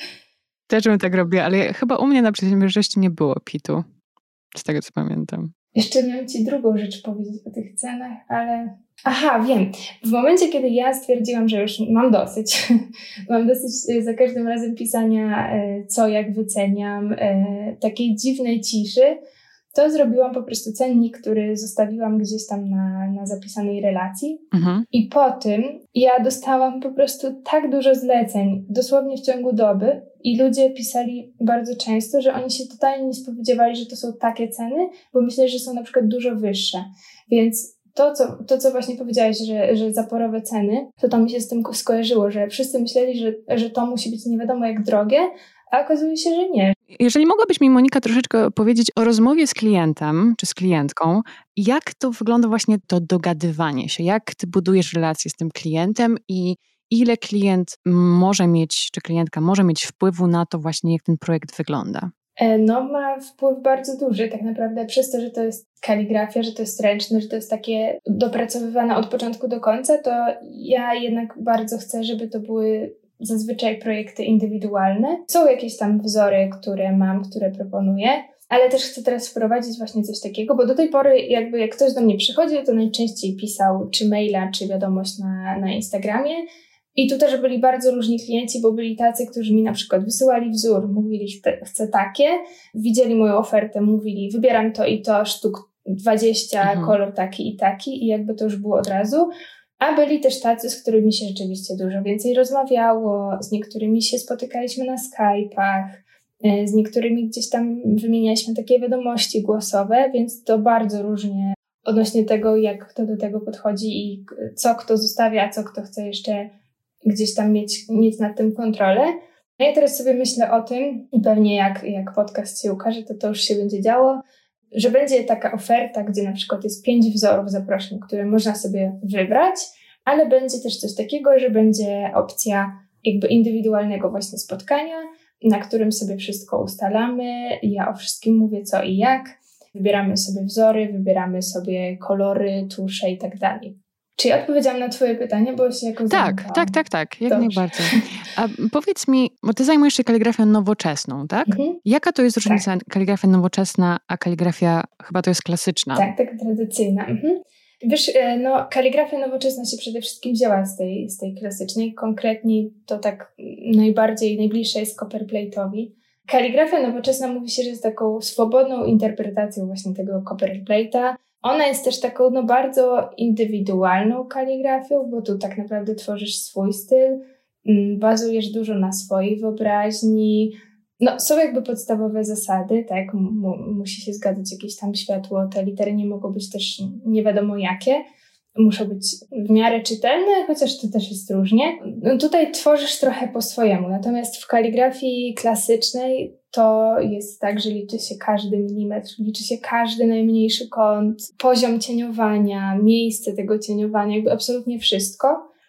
Też bym tak robiła, ale chyba u mnie na przedsiębiorczości nie było P I T-u. Z tego, co pamiętam. Jeszcze miałam Ci drugą rzecz powiedzieć o tych cenach, ale... Aha, wiem. W momencie, kiedy ja stwierdziłam, że już mam dosyć, mam dosyć za każdym razem pisania, co jak wyceniam, takiej dziwnej ciszy, to zrobiłam po prostu cennik, który zostawiłam gdzieś tam na, na zapisanej relacji. Mhm. I po tym ja dostałam po prostu tak dużo zleceń, dosłownie w ciągu doby, i ludzie pisali bardzo często, że oni się totalnie nie spodziewali, że to są takie ceny, bo myśleli, że są na przykład dużo wyższe. Więc to, co, to, co właśnie powiedziałaś, że, że zaporowe ceny, to to mi się z tym skojarzyło, że wszyscy myśleli, że, że to musi być nie wiadomo jak drogie, a okazuje się, że nie. Jeżeli mogłabyś mi, Monika, troszeczkę powiedzieć o rozmowie z klientem czy z klientką, jak to wygląda właśnie to dogadywanie się, jak ty budujesz relacje z tym klientem i ile klient może mieć, czy klientka może mieć wpływu na to właśnie, jak ten projekt wygląda? No ma wpływ bardzo duży tak naprawdę przez to, że to jest kaligrafia, że to jest ręczne, że to jest takie dopracowywane od początku do końca, to ja jednak bardzo chcę, żeby to były zazwyczaj projekty indywidualne. Są jakieś tam wzory, które mam, które proponuję, ale też chcę teraz wprowadzić właśnie coś takiego, bo do tej pory jakby jak ktoś do mnie przychodził, to najczęściej pisał czy maila, czy wiadomość na, na Instagramie. I tu też byli bardzo różni klienci, bo byli tacy, którzy mi na przykład wysyłali wzór, mówili, chcę takie, widzieli moją ofertę, mówili, wybieram to i to, sztuk dwadzieścia, mhm. kolor taki i taki, i jakby to już było od razu. A byli też tacy, z którymi się rzeczywiście dużo więcej rozmawiało, z niektórymi się spotykaliśmy na Skype'ach, z niektórymi gdzieś tam wymienialiśmy takie wiadomości głosowe, więc to bardzo różnie odnośnie tego, jak kto do tego podchodzi i co kto zostawia, a co kto chce jeszcze gdzieś tam mieć, mieć nad tym kontrolę. No ja teraz sobie myślę o tym i pewnie jak, jak podcast się ukaże, to to już się będzie działo, że będzie taka oferta, gdzie na przykład jest pięć wzorów zaproszeń, które można sobie wybrać, ale będzie też coś takiego, że będzie opcja jakby indywidualnego właśnie spotkania, na którym sobie wszystko ustalamy, ja o wszystkim mówię co i jak, wybieramy sobie wzory, wybieramy sobie kolory, tusze i tak dalej. Czy ja odpowiedziałam na twoje pytanie, bo się jakoś Tak, zamykałam? tak, tak, tak, jak Dobrze. najbardziej. A powiedz mi, bo ty zajmujesz się kaligrafią nowoczesną, tak? Mhm. Jaka to jest różnica tak. kaligrafia nowoczesna, a kaligrafia chyba to jest klasyczna? Tak, tak, tradycyjna. Mhm. Wiesz, no kaligrafia nowoczesna się przede wszystkim wzięła z tej, z tej klasycznej. Konkretnie to tak najbardziej, najbliższe jest Copperplate'owi. Kaligrafia nowoczesna mówi się, że jest taką swobodną interpretacją właśnie tego Copperplate'a. Ona jest też taką no, bardzo indywidualną kaligrafią, bo tu tak naprawdę tworzysz swój styl, bazujesz dużo na swojej wyobraźni. No, są jakby podstawowe zasady, tak, M- musi się zgadzać jakieś tam światło, te litery nie mogą być też nie wiadomo jakie, muszą być w miarę czytelne, chociaż to też jest różnie. No, tutaj tworzysz trochę po swojemu, natomiast w kaligrafii klasycznej to jest tak, że liczy się każdy milimetr, liczy się każdy najmniejszy kąt, poziom cieniowania, miejsce tego cieniowania, jakby absolutnie wszystko.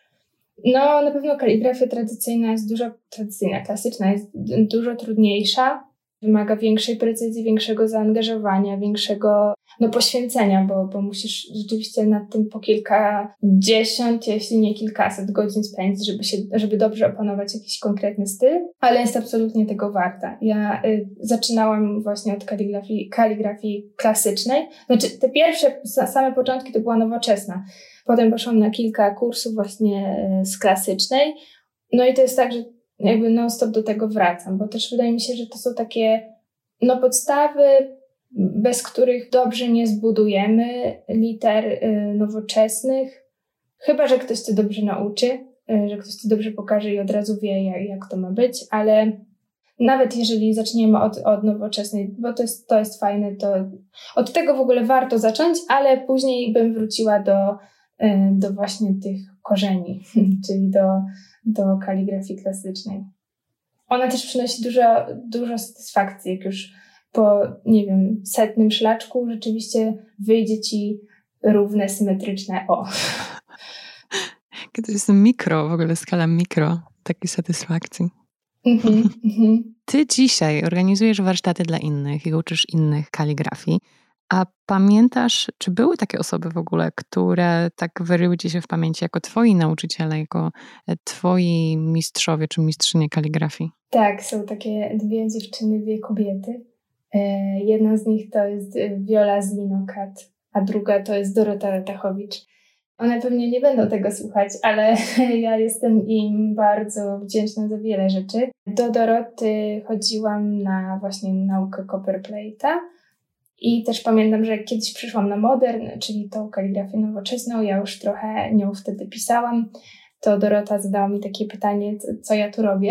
No na pewno kaligrafia tradycyjna jest dużo, tradycyjna, klasyczna jest dużo trudniejsza, wymaga większej precyzji, większego zaangażowania, większego no, poświęcenia, bo, bo musisz rzeczywiście nad tym po kilkadziesiąt, jeśli nie kilkaset godzin spędzić, żeby, się, żeby dobrze opanować jakiś konkretny styl, ale jest absolutnie tego warta. Ja y, zaczynałam właśnie od kaligrafii, kaligrafii klasycznej, znaczy te pierwsze, same początki to była nowoczesna, potem poszłam na kilka kursów właśnie y, z klasycznej, no i to jest tak, że jakby non-stop do tego wracam, bo też wydaje mi się, że to są takie no podstawy, bez których dobrze nie zbudujemy liter y, nowoczesnych, chyba że ktoś cię dobrze nauczy, y, że ktoś ci dobrze pokaże i od razu wie, jak, jak to ma być, ale nawet jeżeli zaczniemy od, od nowoczesnej, bo to jest, to jest fajne, to od tego w ogóle warto zacząć, ale później bym wróciła do, y, do właśnie tych korzeni, czyli do do kaligrafii klasycznej. Ona też przynosi dużo, dużo satysfakcji, jak już po, nie wiem, setnym szlaczku rzeczywiście wyjdzie ci równe, symetryczne O. To jest mikro, w ogóle skala mikro takiej satysfakcji. Mm-hmm, mm-hmm. Ty dzisiaj organizujesz warsztaty dla innych i uczysz innych kaligrafii. A pamiętasz, czy były takie osoby w ogóle, które tak wyryły ci się w pamięci jako twoi nauczyciele, jako twoi mistrzowie czy mistrzynie kaligrafii? Tak, są takie dwie dziewczyny, dwie kobiety. Jedna z nich to jest Wiola z Linokat, a druga to jest Dorota Letachowicz. One pewnie nie będą tego słuchać, ale ja jestem im bardzo wdzięczna za wiele rzeczy. Do Doroty chodziłam na właśnie naukę Copperplate'a i też pamiętam, że kiedyś przyszłam na Modern, czyli tą kaligrafię nowoczesną, ja już trochę nią wtedy pisałam, to Dorota zadała mi takie pytanie, co ja tu robię.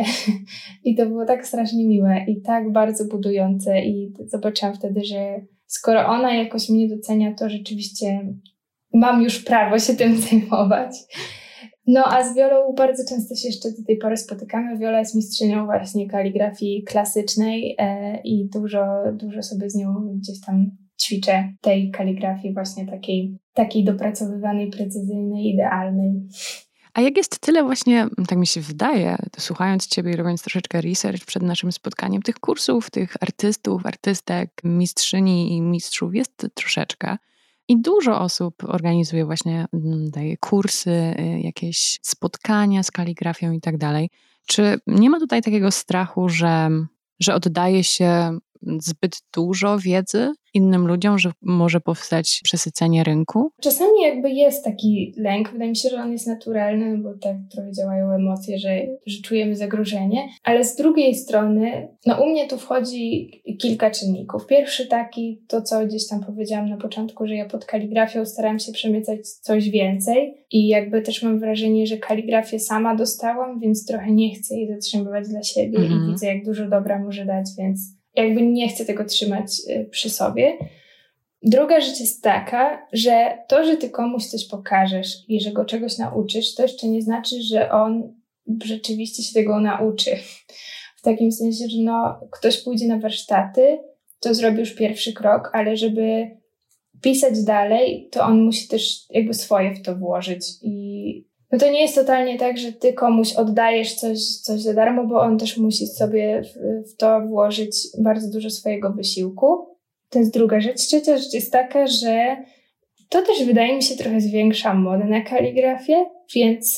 I to było tak strasznie miłe i tak bardzo budujące i zobaczyłam wtedy, że skoro ona jakoś mnie docenia, to rzeczywiście mam już prawo się tym zajmować. No a z Wiolą bardzo często się jeszcze do tej pory spotykamy. Wiola jest mistrzynią właśnie kaligrafii klasycznej e, i dużo, dużo sobie z nią gdzieś tam ćwiczę tej kaligrafii właśnie takiej, takiej dopracowywanej, precyzyjnej, idealnej. A jak jest tyle właśnie, tak mi się wydaje, słuchając Ciebie i robiąc troszeczkę research przed naszym spotkaniem, tych kursów, tych artystów, artystek, mistrzyni i mistrzów jest troszeczkę. I dużo osób organizuje właśnie, daje kursy, jakieś spotkania z kaligrafią i tak dalej. Czy nie ma tutaj takiego strachu, że, że oddaje się zbyt dużo wiedzy innym ludziom, że może powstać przesycenie rynku? Czasami jakby jest taki lęk, wydaje mi się, że on jest naturalny, bo tak trochę działają emocje, że, że czujemy zagrożenie, ale z drugiej strony, no u mnie tu wchodzi kilka czynników. Pierwszy taki, to co gdzieś tam powiedziałam na początku, że ja pod kaligrafią starałam się przemycać coś więcej i jakby też mam wrażenie, że kaligrafię sama dostałam, więc trochę nie chcę jej zatrzymywać dla siebie mhm. i widzę, jak dużo dobra może dać, więc jakby nie chcę tego trzymać przy sobie. Druga rzecz jest taka, że to, że ty komuś coś pokażesz i że go czegoś nauczysz, to jeszcze nie znaczy, że on rzeczywiście się tego nauczy. W takim sensie, że no, ktoś pójdzie na warsztaty, to zrobi już pierwszy krok, ale żeby pisać dalej, to on musi też jakby swoje w to włożyć. I no to nie jest totalnie tak, że ty komuś oddajesz coś, coś za darmo, bo on też musi sobie w, w to włożyć bardzo dużo swojego wysiłku. To jest druga rzecz. Trzecia rzecz jest taka, że to też wydaje mi się trochę zwiększa modę na kaligrafię, więc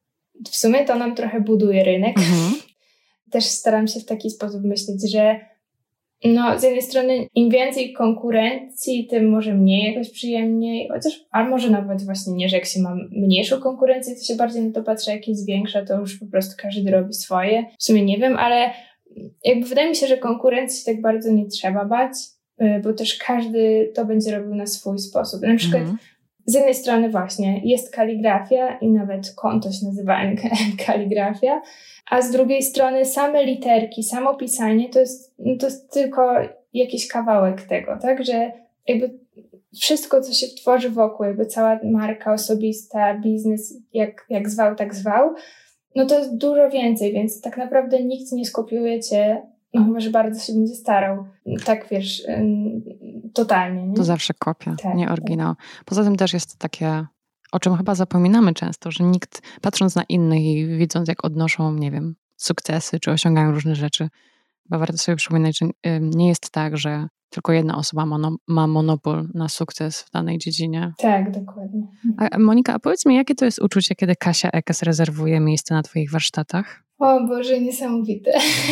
w sumie to nam trochę buduje rynek. Mhm. Też staram się w taki sposób myśleć, że no z jednej strony im więcej konkurencji, tym może mniej jakoś przyjemniej, chociaż, a może nawet właśnie nie, że jak się ma mniejszą konkurencję, to się bardziej na to patrzę, jak jest większa, to już po prostu każdy robi swoje. W sumie nie wiem, ale jakby wydaje mi się, że konkurencji tak bardzo nie trzeba bać, bo też każdy to będzie robił na swój sposób. Na przykład mm. z jednej strony właśnie jest kaligrafia i nawet konto się nazywa kaligrafia, a z drugiej strony same literki, samo pisanie to jest, no to jest tylko jakiś kawałek tego, tak? Że jakby wszystko, co się tworzy wokół, jakby cała marka osobista, biznes, jak, jak zwał, tak zwał, no to jest dużo więcej, więc tak naprawdę nikt nie skopiuje cię, no chyba, że bardzo się będzie starał. Tak wiesz, totalnie. Nie? To zawsze kopia, tak, nie oryginał. Tak. Poza tym też jest takie, o czym chyba zapominamy często, że nikt, patrząc na innych i widząc, jak odnoszą, nie wiem, sukcesy, czy osiągają różne rzeczy, chyba warto sobie przypominać, że nie jest tak, że tylko jedna osoba mono, ma monopol na sukces w danej dziedzinie. Tak, dokładnie. A Monika, a powiedz mi, jakie to jest uczucie, kiedy Kasia Ekes rezerwuje miejsce na twoich warsztatach? O Boże, niesamowite.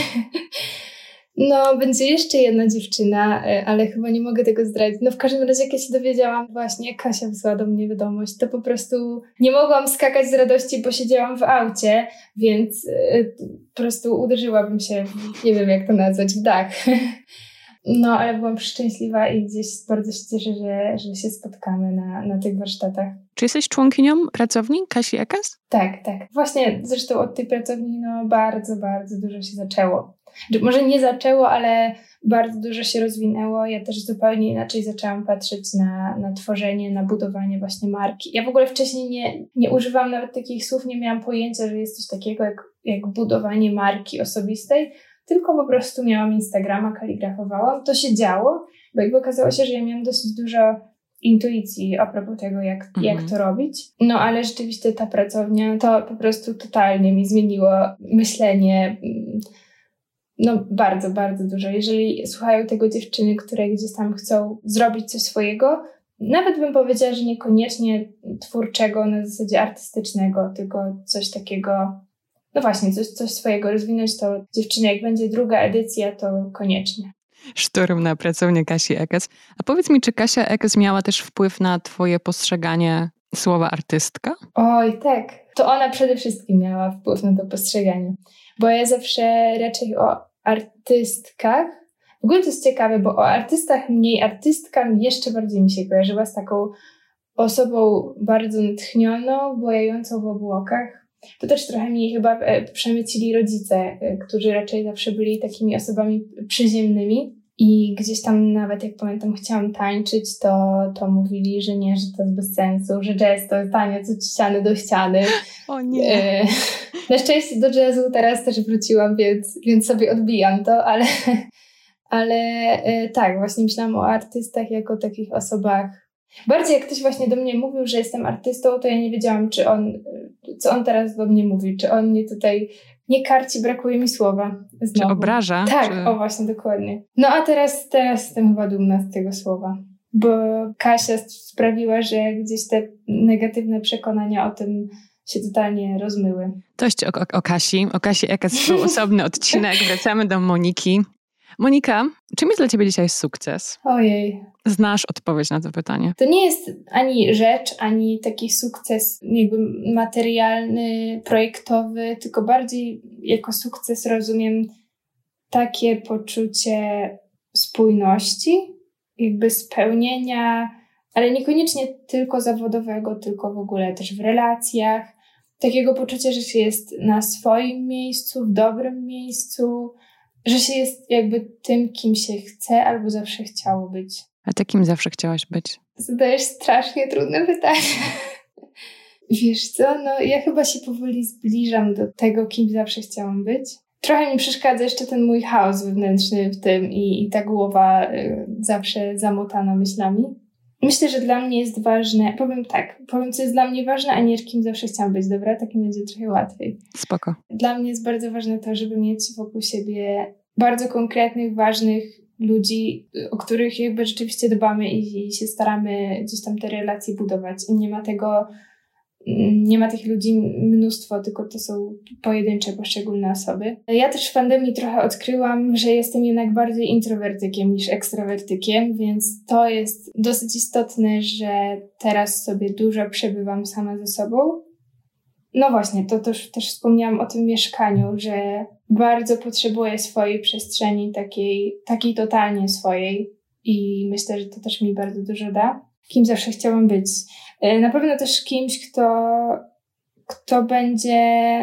No, będzie jeszcze jedna dziewczyna, ale chyba nie mogę tego zdradzić. No w każdym razie, jak ja się dowiedziałam właśnie, jak Kasia wysłała do mnie wiadomość, to po prostu nie mogłam skakać z radości, bo siedziałam w aucie, więc y, po prostu uderzyłabym się, nie wiem jak to nazwać, w dach. No, ale byłam szczęśliwa i gdzieś bardzo się cieszę, że, że się spotkamy na, na tych warsztatach. Czy jesteś członkinią pracowni Kasi Ekes? Tak, tak. Właśnie zresztą od tej pracowni no bardzo, bardzo dużo się zaczęło. Może nie zaczęło, ale bardzo dużo się rozwinęło. Ja też zupełnie inaczej zaczęłam patrzeć na, na tworzenie, na budowanie właśnie marki. Ja w ogóle wcześniej nie, nie używałam nawet takich słów, nie miałam pojęcia, że jest coś takiego jak, jak budowanie marki osobistej, tylko po prostu miałam Instagrama, kaligrafowałam. To się działo, bo jakby okazało się, że ja miałam dosyć dużo intuicji a propos tego, jak, mhm. jak to robić. No ale rzeczywiście ta pracownia to po prostu totalnie mi zmieniło myślenie. No bardzo, bardzo dużo. Jeżeli słuchają tego dziewczyny, które gdzieś tam chcą zrobić coś swojego, nawet bym powiedziała, że niekoniecznie twórczego na zasadzie artystycznego, tylko coś takiego, no właśnie, coś, coś swojego rozwinąć, to dziewczyny, jak będzie druga edycja, to koniecznie. Szturm na pracownię Kasi Ekes. A powiedz mi, czy Kasia Ekes miała też wpływ na twoje postrzeganie słowa artystka? Oj, tak. To ona przede wszystkim miała wpływ na to postrzeganie. Bo ja zawsze raczej o artystkach, w ogóle to jest ciekawe, bo o artystach mniej, artystka jeszcze bardziej mi się kojarzyła z taką osobą bardzo natchnioną, błajającą w obłokach. To też trochę mi chyba przemycili rodzice, którzy raczej zawsze byli takimi osobami przyziemnymi. I gdzieś tam nawet, jak pamiętam, chciałam tańczyć, to, to mówili, że nie, że to jest bez sensu, że jazz to jest taniec od ściany do ściany. O nie. E, na szczęście do jazzu teraz też wróciłam, więc, więc sobie odbijam to, ale, ale e, tak, właśnie myślałam o artystach jako takich osobach. Bardziej jak ktoś właśnie do mnie mówił, że jestem artystą, to ja nie wiedziałam, czy on, co on teraz do mnie mówi, czy on mnie tutaj nie karci, brakuje mi słowa. Znowu. Czy obraża? Tak, czy... o właśnie, dokładnie. No a teraz, teraz jestem chyba dumna z tego słowa, bo Kasia sprawiła, że gdzieś te negatywne przekonania o tym się totalnie rozmyły. Dość o, o, o Kasi. O Kasi Ekes był osobny odcinek. Wracamy do Moniki. Monika, czym jest dla ciebie dzisiaj sukces? Ojej. Znasz odpowiedź na to pytanie? To nie jest ani rzecz, ani taki sukces jakby materialny, projektowy, tylko bardziej jako sukces rozumiem takie poczucie spójności, jakby spełnienia, ale niekoniecznie tylko zawodowego, tylko w ogóle też w relacjach. Takiego poczucia, że się jest na swoim miejscu, w dobrym miejscu, że się jest jakby tym, kim się chce albo zawsze chciało być. A ty kim zawsze chciałaś być? Zadajesz strasznie trudne pytania. Wiesz co, no ja chyba się powoli zbliżam do tego, kim zawsze chciałam być. Trochę mi przeszkadza jeszcze ten mój chaos wewnętrzny w tym i, i ta głowa y, zawsze zamotana myślami. Myślę, że dla mnie jest ważne, powiem tak, powiem co jest dla mnie ważne, a nie kim zawsze chciałam być, dobra? Tak mi będzie trochę łatwiej. Spoko. Dla mnie jest bardzo ważne to, żeby mieć wokół siebie bardzo konkretnych, ważnych ludzi, o których jakby rzeczywiście dbamy i, i się staramy gdzieś tam te relacje budować. I nie ma tego, nie ma tych ludzi mnóstwo, tylko to są pojedyncze, poszczególne osoby. Ja też w pandemii trochę odkryłam, że jestem jednak bardziej introwertykiem niż ekstrawertykiem, więc to jest dosyć istotne, że teraz sobie dużo przebywam sama ze sobą. No właśnie, to też, też wspomniałam o tym mieszkaniu, że bardzo potrzebuję swojej przestrzeni, takiej, takiej totalnie swojej i myślę, że to też mi bardzo dużo da. Kim zawsze chciałam być. Na pewno też kimś, kto, kto będzie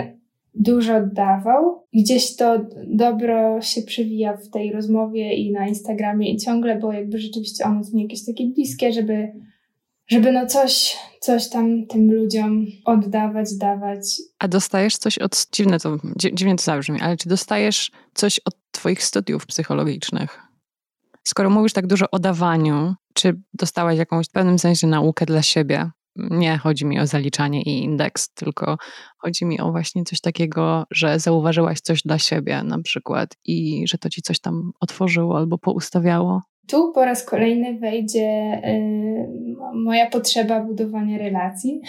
dużo oddawał. Gdzieś to dobro się przewija w tej rozmowie i na Instagramie i ciągle, bo jakby rzeczywiście ono jest mi jakieś takie bliskie, żeby, żeby no coś, coś tam tym ludziom oddawać, dawać. A dostajesz coś od... Dziwne to, dziwnie to zabrzmi, ale czy dostajesz coś od twoich studiów psychologicznych? Skoro mówisz tak dużo o dawaniu, czy dostałaś jakąś w pewnym sensie naukę dla siebie? Nie chodzi mi o zaliczanie i indeks, tylko chodzi mi o właśnie coś takiego, że zauważyłaś coś dla siebie na przykład i że to ci coś tam otworzyło albo poustawiało. Tu po raz kolejny wejdzie y, moja potrzeba budowania relacji.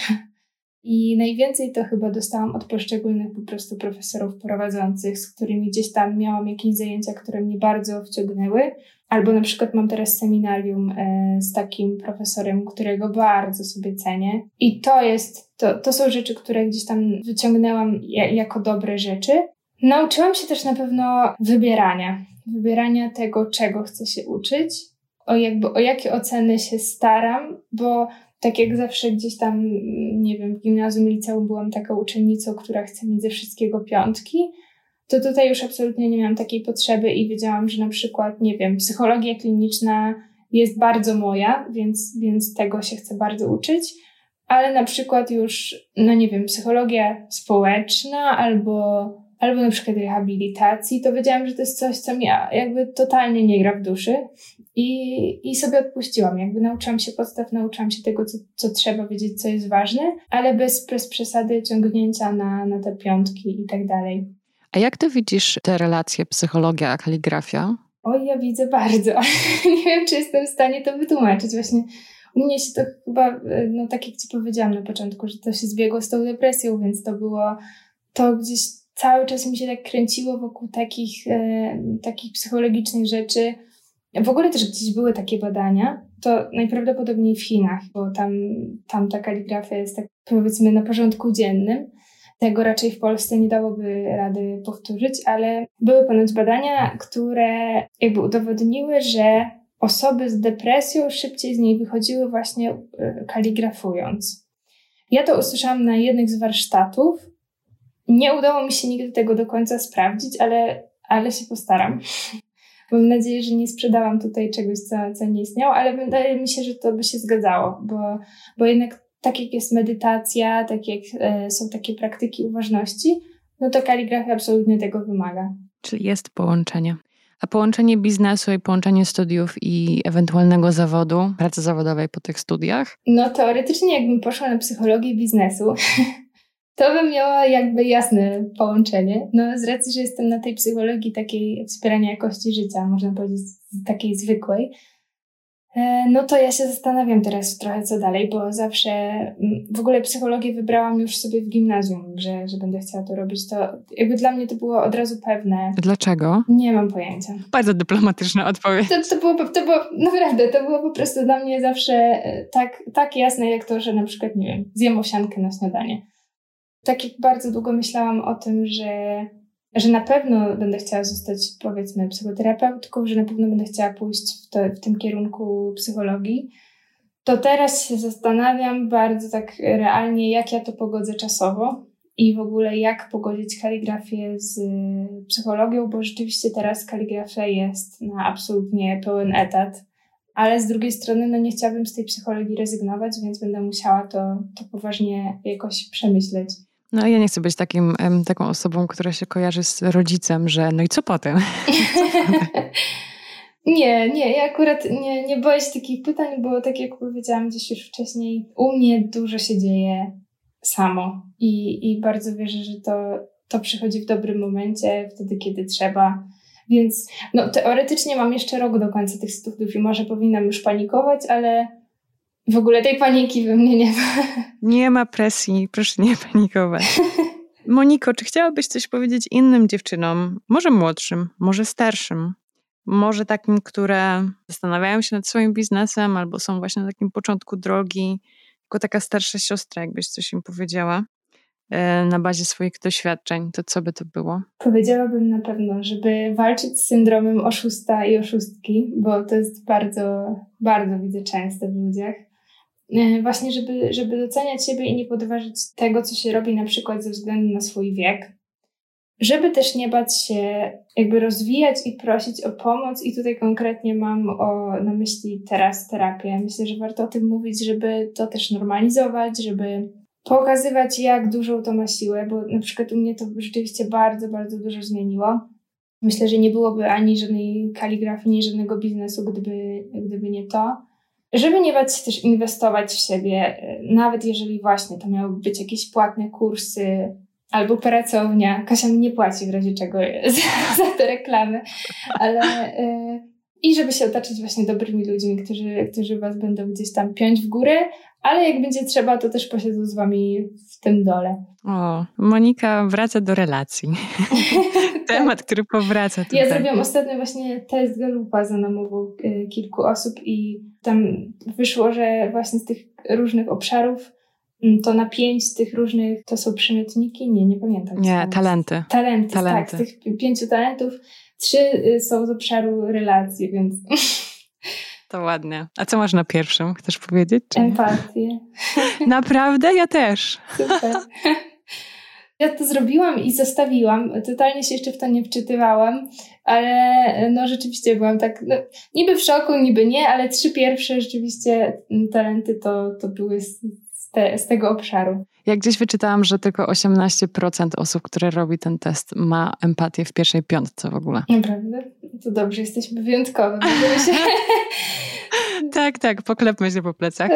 I najwięcej to chyba dostałam od poszczególnych po prostu profesorów prowadzących, z którymi gdzieś tam miałam jakieś zajęcia, które mnie bardzo wciągnęły. Albo na przykład mam teraz seminarium e, z takim profesorem, którego bardzo sobie cenię. I to jest, to, to są rzeczy, które gdzieś tam wyciągnęłam ja, jako dobre rzeczy. Nauczyłam się też na pewno wybierania. Wybierania tego, czego chcę się uczyć. O jakby o jakie oceny się staram, bo tak jak zawsze gdzieś tam, nie wiem, w gimnazjum, liceum byłam taką uczennicą, która chce mieć ze wszystkiego piątki, to tutaj już absolutnie nie miałam takiej potrzeby i wiedziałam, że na przykład, nie wiem, psychologia kliniczna jest bardzo moja, więc, więc tego się chcę bardzo uczyć, ale na przykład już, no nie wiem, psychologia społeczna albo, albo na przykład rehabilitacji, to wiedziałam, że to jest coś, co mi jakby totalnie nie gra w duszy i, i sobie odpuściłam. Jakby nauczyłam się podstaw, nauczyłam się tego, co, co trzeba wiedzieć, co jest ważne, ale bez, bez przesady ciągnięcia na, na te piątki i tak dalej. A jak ty widzisz te relacje psychologia, kaligrafia? Oj, ja widzę bardzo. Nie wiem, czy jestem w stanie to wytłumaczyć. Właśnie u mnie się to chyba, no tak jak ci powiedziałam na początku, że to się zbiegło z tą depresją, więc to było, to gdzieś cały czas mi się tak kręciło wokół takich, e, takich psychologicznych rzeczy. W ogóle też gdzieś były takie badania, to najprawdopodobniej w Chinach, bo tam, tam ta kaligrafia jest tak powiedzmy na porządku dziennym. Tego raczej w Polsce nie dałoby rady powtórzyć, ale były ponoć badania, które jakby udowodniły, że osoby z depresją szybciej z niej wychodziły właśnie kaligrafując. Ja to usłyszałam na jednych z warsztatów. Nie udało mi się nigdy tego do końca sprawdzić, ale, ale się postaram. Mam nadzieję, że nie sprzedałam tutaj czegoś, co, co nie istniało, ale wydaje mi się, że to by się zgadzało, bo, bo jednak tak jak jest medytacja, tak jak e, są takie praktyki uważności, no to kaligrafia absolutnie tego wymaga. Czyli jest połączenie. A połączenie biznesu i połączenie studiów i ewentualnego zawodu, pracy zawodowej po tych studiach? No teoretycznie jakbym poszła na psychologię biznesu, to bym miała jakby jasne połączenie. No z racji, że jestem na tej psychologii takiej wspierania jakości życia, można powiedzieć takiej zwykłej, no to ja się zastanawiam teraz trochę co dalej, bo zawsze w ogóle psychologię wybrałam już sobie w gimnazjum, że, że będę chciała to robić. To jakby dla mnie to było od razu pewne. Dlaczego? Nie mam pojęcia. Bardzo dyplomatyczna odpowiedź. To, to, było, to było, naprawdę, to było po prostu dla mnie zawsze tak, tak jasne jak to, że na przykład, nie wiem, zjem owsiankę na śniadanie. Tak jak bardzo długo myślałam o tym, że że na pewno będę chciała zostać, powiedzmy, psychoterapeutką, że na pewno będę chciała pójść w, to, w tym kierunku psychologii, to teraz się zastanawiam bardzo tak realnie, jak ja to pogodzę czasowo i w ogóle jak pogodzić kaligrafię z psychologią, bo rzeczywiście teraz kaligrafia jest na absolutnie pełen etat, ale z drugiej strony no nie chciałabym z tej psychologii rezygnować, więc będę musiała to, to poważnie jakoś przemyśleć. No ja nie chcę być takim, taką osobą, która się kojarzy z rodzicem, że no i co potem? Co potem? Nie, nie, ja akurat nie, nie boję się takich pytań, bo tak jak powiedziałam gdzieś już wcześniej, u mnie dużo się dzieje samo i, i bardzo wierzę, że to, to przychodzi w dobrym momencie, wtedy kiedy trzeba. Więc no teoretycznie mam jeszcze rok do końca tych studiów i może powinnam już panikować, ale w ogóle tej paniki we mnie nie ma. Nie ma presji, proszę nie panikować. Moniko, czy chciałabyś coś powiedzieć innym dziewczynom, może młodszym, może starszym, może takim, które zastanawiają się nad swoim biznesem albo są właśnie na takim początku drogi, jako taka starsza siostra, jakbyś coś im powiedziała na bazie swoich doświadczeń, to co by to było? Powiedziałabym na pewno, żeby walczyć z syndromem oszusta i oszustki, bo to jest bardzo, bardzo widzę często w ludziach. Właśnie, żeby, żeby doceniać siebie i nie podważać tego, co się robi na przykład ze względu na swój wiek. Żeby też nie bać się jakby rozwijać i prosić o pomoc i tutaj konkretnie mam o, na myśli teraz terapię. Myślę, że warto o tym mówić, żeby to też normalizować, żeby pokazywać, jak dużą to ma siłę, bo na przykład u mnie to rzeczywiście bardzo, bardzo dużo zmieniło. Myślę, że nie byłoby ani żadnej kaligrafii, ani żadnego biznesu, gdyby, gdyby nie to. Żeby nie bać się też inwestować w siebie, nawet jeżeli właśnie to miały być jakieś płatne kursy albo pracownia. Kasia mi nie płaci w razie czego za, za te reklamy, ale yy, i żeby się otaczać właśnie dobrymi ludźmi, którzy, którzy was będą gdzieś tam piąć w górę, ale jak będzie trzeba, to też posiedzą z wami w tym dole. O, Monika wraca do relacji. Temat, który powraca tutaj. Ja zrobiłam ostatnio właśnie test Galupa za namową y, kilku osób i tam wyszło, że właśnie z tych różnych obszarów y, to na pięć z tych różnych, to są przymiotniki? Nie, nie pamiętam. Nie, talenty. Talenty, talenty. tak. Z tych pięciu talentów trzy y, są z obszaru relacji, więc... To ładnie. A co masz na pierwszym? Chcesz powiedzieć? Czy empatię. Naprawdę? Ja też. Super. Ja to zrobiłam i zostawiłam. Totalnie się jeszcze w to nie wczytywałam, ale no rzeczywiście byłam tak, no, niby w szoku, niby nie, ale trzy pierwsze rzeczywiście talenty to, to były z, z, te, z tego obszaru. Ja gdzieś wyczytałam, że tylko osiemnaście procent osób, które robi ten test, ma empatię w pierwszej piątce w ogóle. Naprawdę? To dobrze, jesteśmy wyjątkowe. Się... tak, tak, poklepmy się po plecach.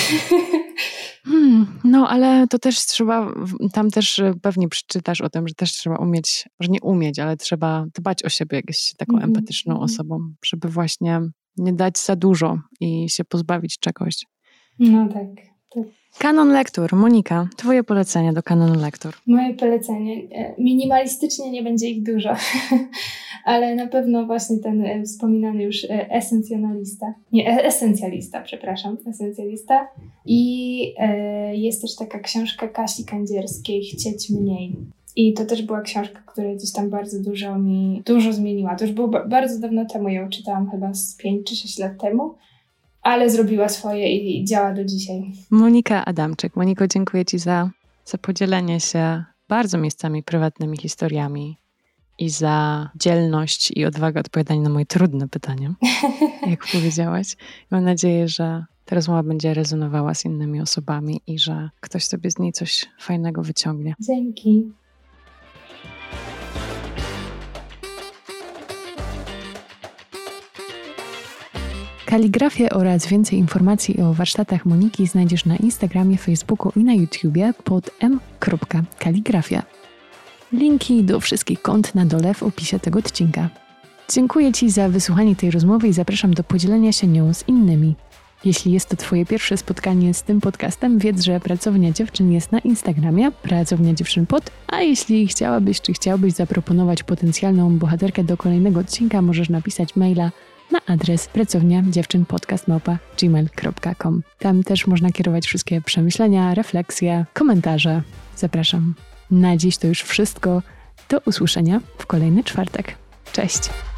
Hmm, no, ale to też trzeba, tam też pewnie przeczytasz o tym, że też trzeba umieć, że nie umieć, ale trzeba dbać o siebie, jak jest się taką mm-hmm. empatyczną osobą, żeby właśnie nie dać za dużo i się pozbawić czegoś. No tak, Tak. Kanon lektur. Monika, twoje polecenie do kanonu lektur. Moje polecenie. Minimalistycznie nie będzie ich dużo, ale na pewno właśnie ten wspominany już esencjonalista. Nie, esencjalista, przepraszam. Esencjalista. I jest też taka książka Kasi Kędzierskiej, Chcieć mniej. I to też była książka, która gdzieś tam bardzo dużo mi, dużo zmieniła. To już było ba- bardzo dawno temu, ją czytałam chyba z pięć czy sześć lat temu, ale zrobiła swoje i, i działa do dzisiaj. Monika Adamczyk. Moniko, dziękuję Ci za, za podzielenie się bardzo miejscami prywatnymi historiami i za dzielność i odwagę odpowiadania na moje trudne pytania, jak powiedziałaś. Mam nadzieję, że ta rozmowa będzie rezonowała z innymi osobami i że ktoś sobie z niej coś fajnego wyciągnie. Dzięki. Kaligrafię oraz więcej informacji o warsztatach Moniki znajdziesz na Instagramie, Facebooku i na YouTubie pod m kropka kaligrafia. Linki do wszystkich kont na dole w opisie tego odcinka. Dziękuję Ci za wysłuchanie tej rozmowy i zapraszam do podzielenia się nią z innymi. Jeśli jest to Twoje pierwsze spotkanie z tym podcastem, wiedz, że Pracownia Dziewczyn jest na Instagramie, Pracownia Dziewczyn Pod, a jeśli chciałabyś czy chciałbyś zaproponować potencjalną bohaterkę do kolejnego odcinka, możesz napisać maila na adres pracownia dziewczyn podcast małpa gmail kropka com. Tam też można kierować wszystkie przemyślenia, refleksje, komentarze. Zapraszam. Na dziś to już wszystko. Do usłyszenia w kolejny czwartek. Cześć!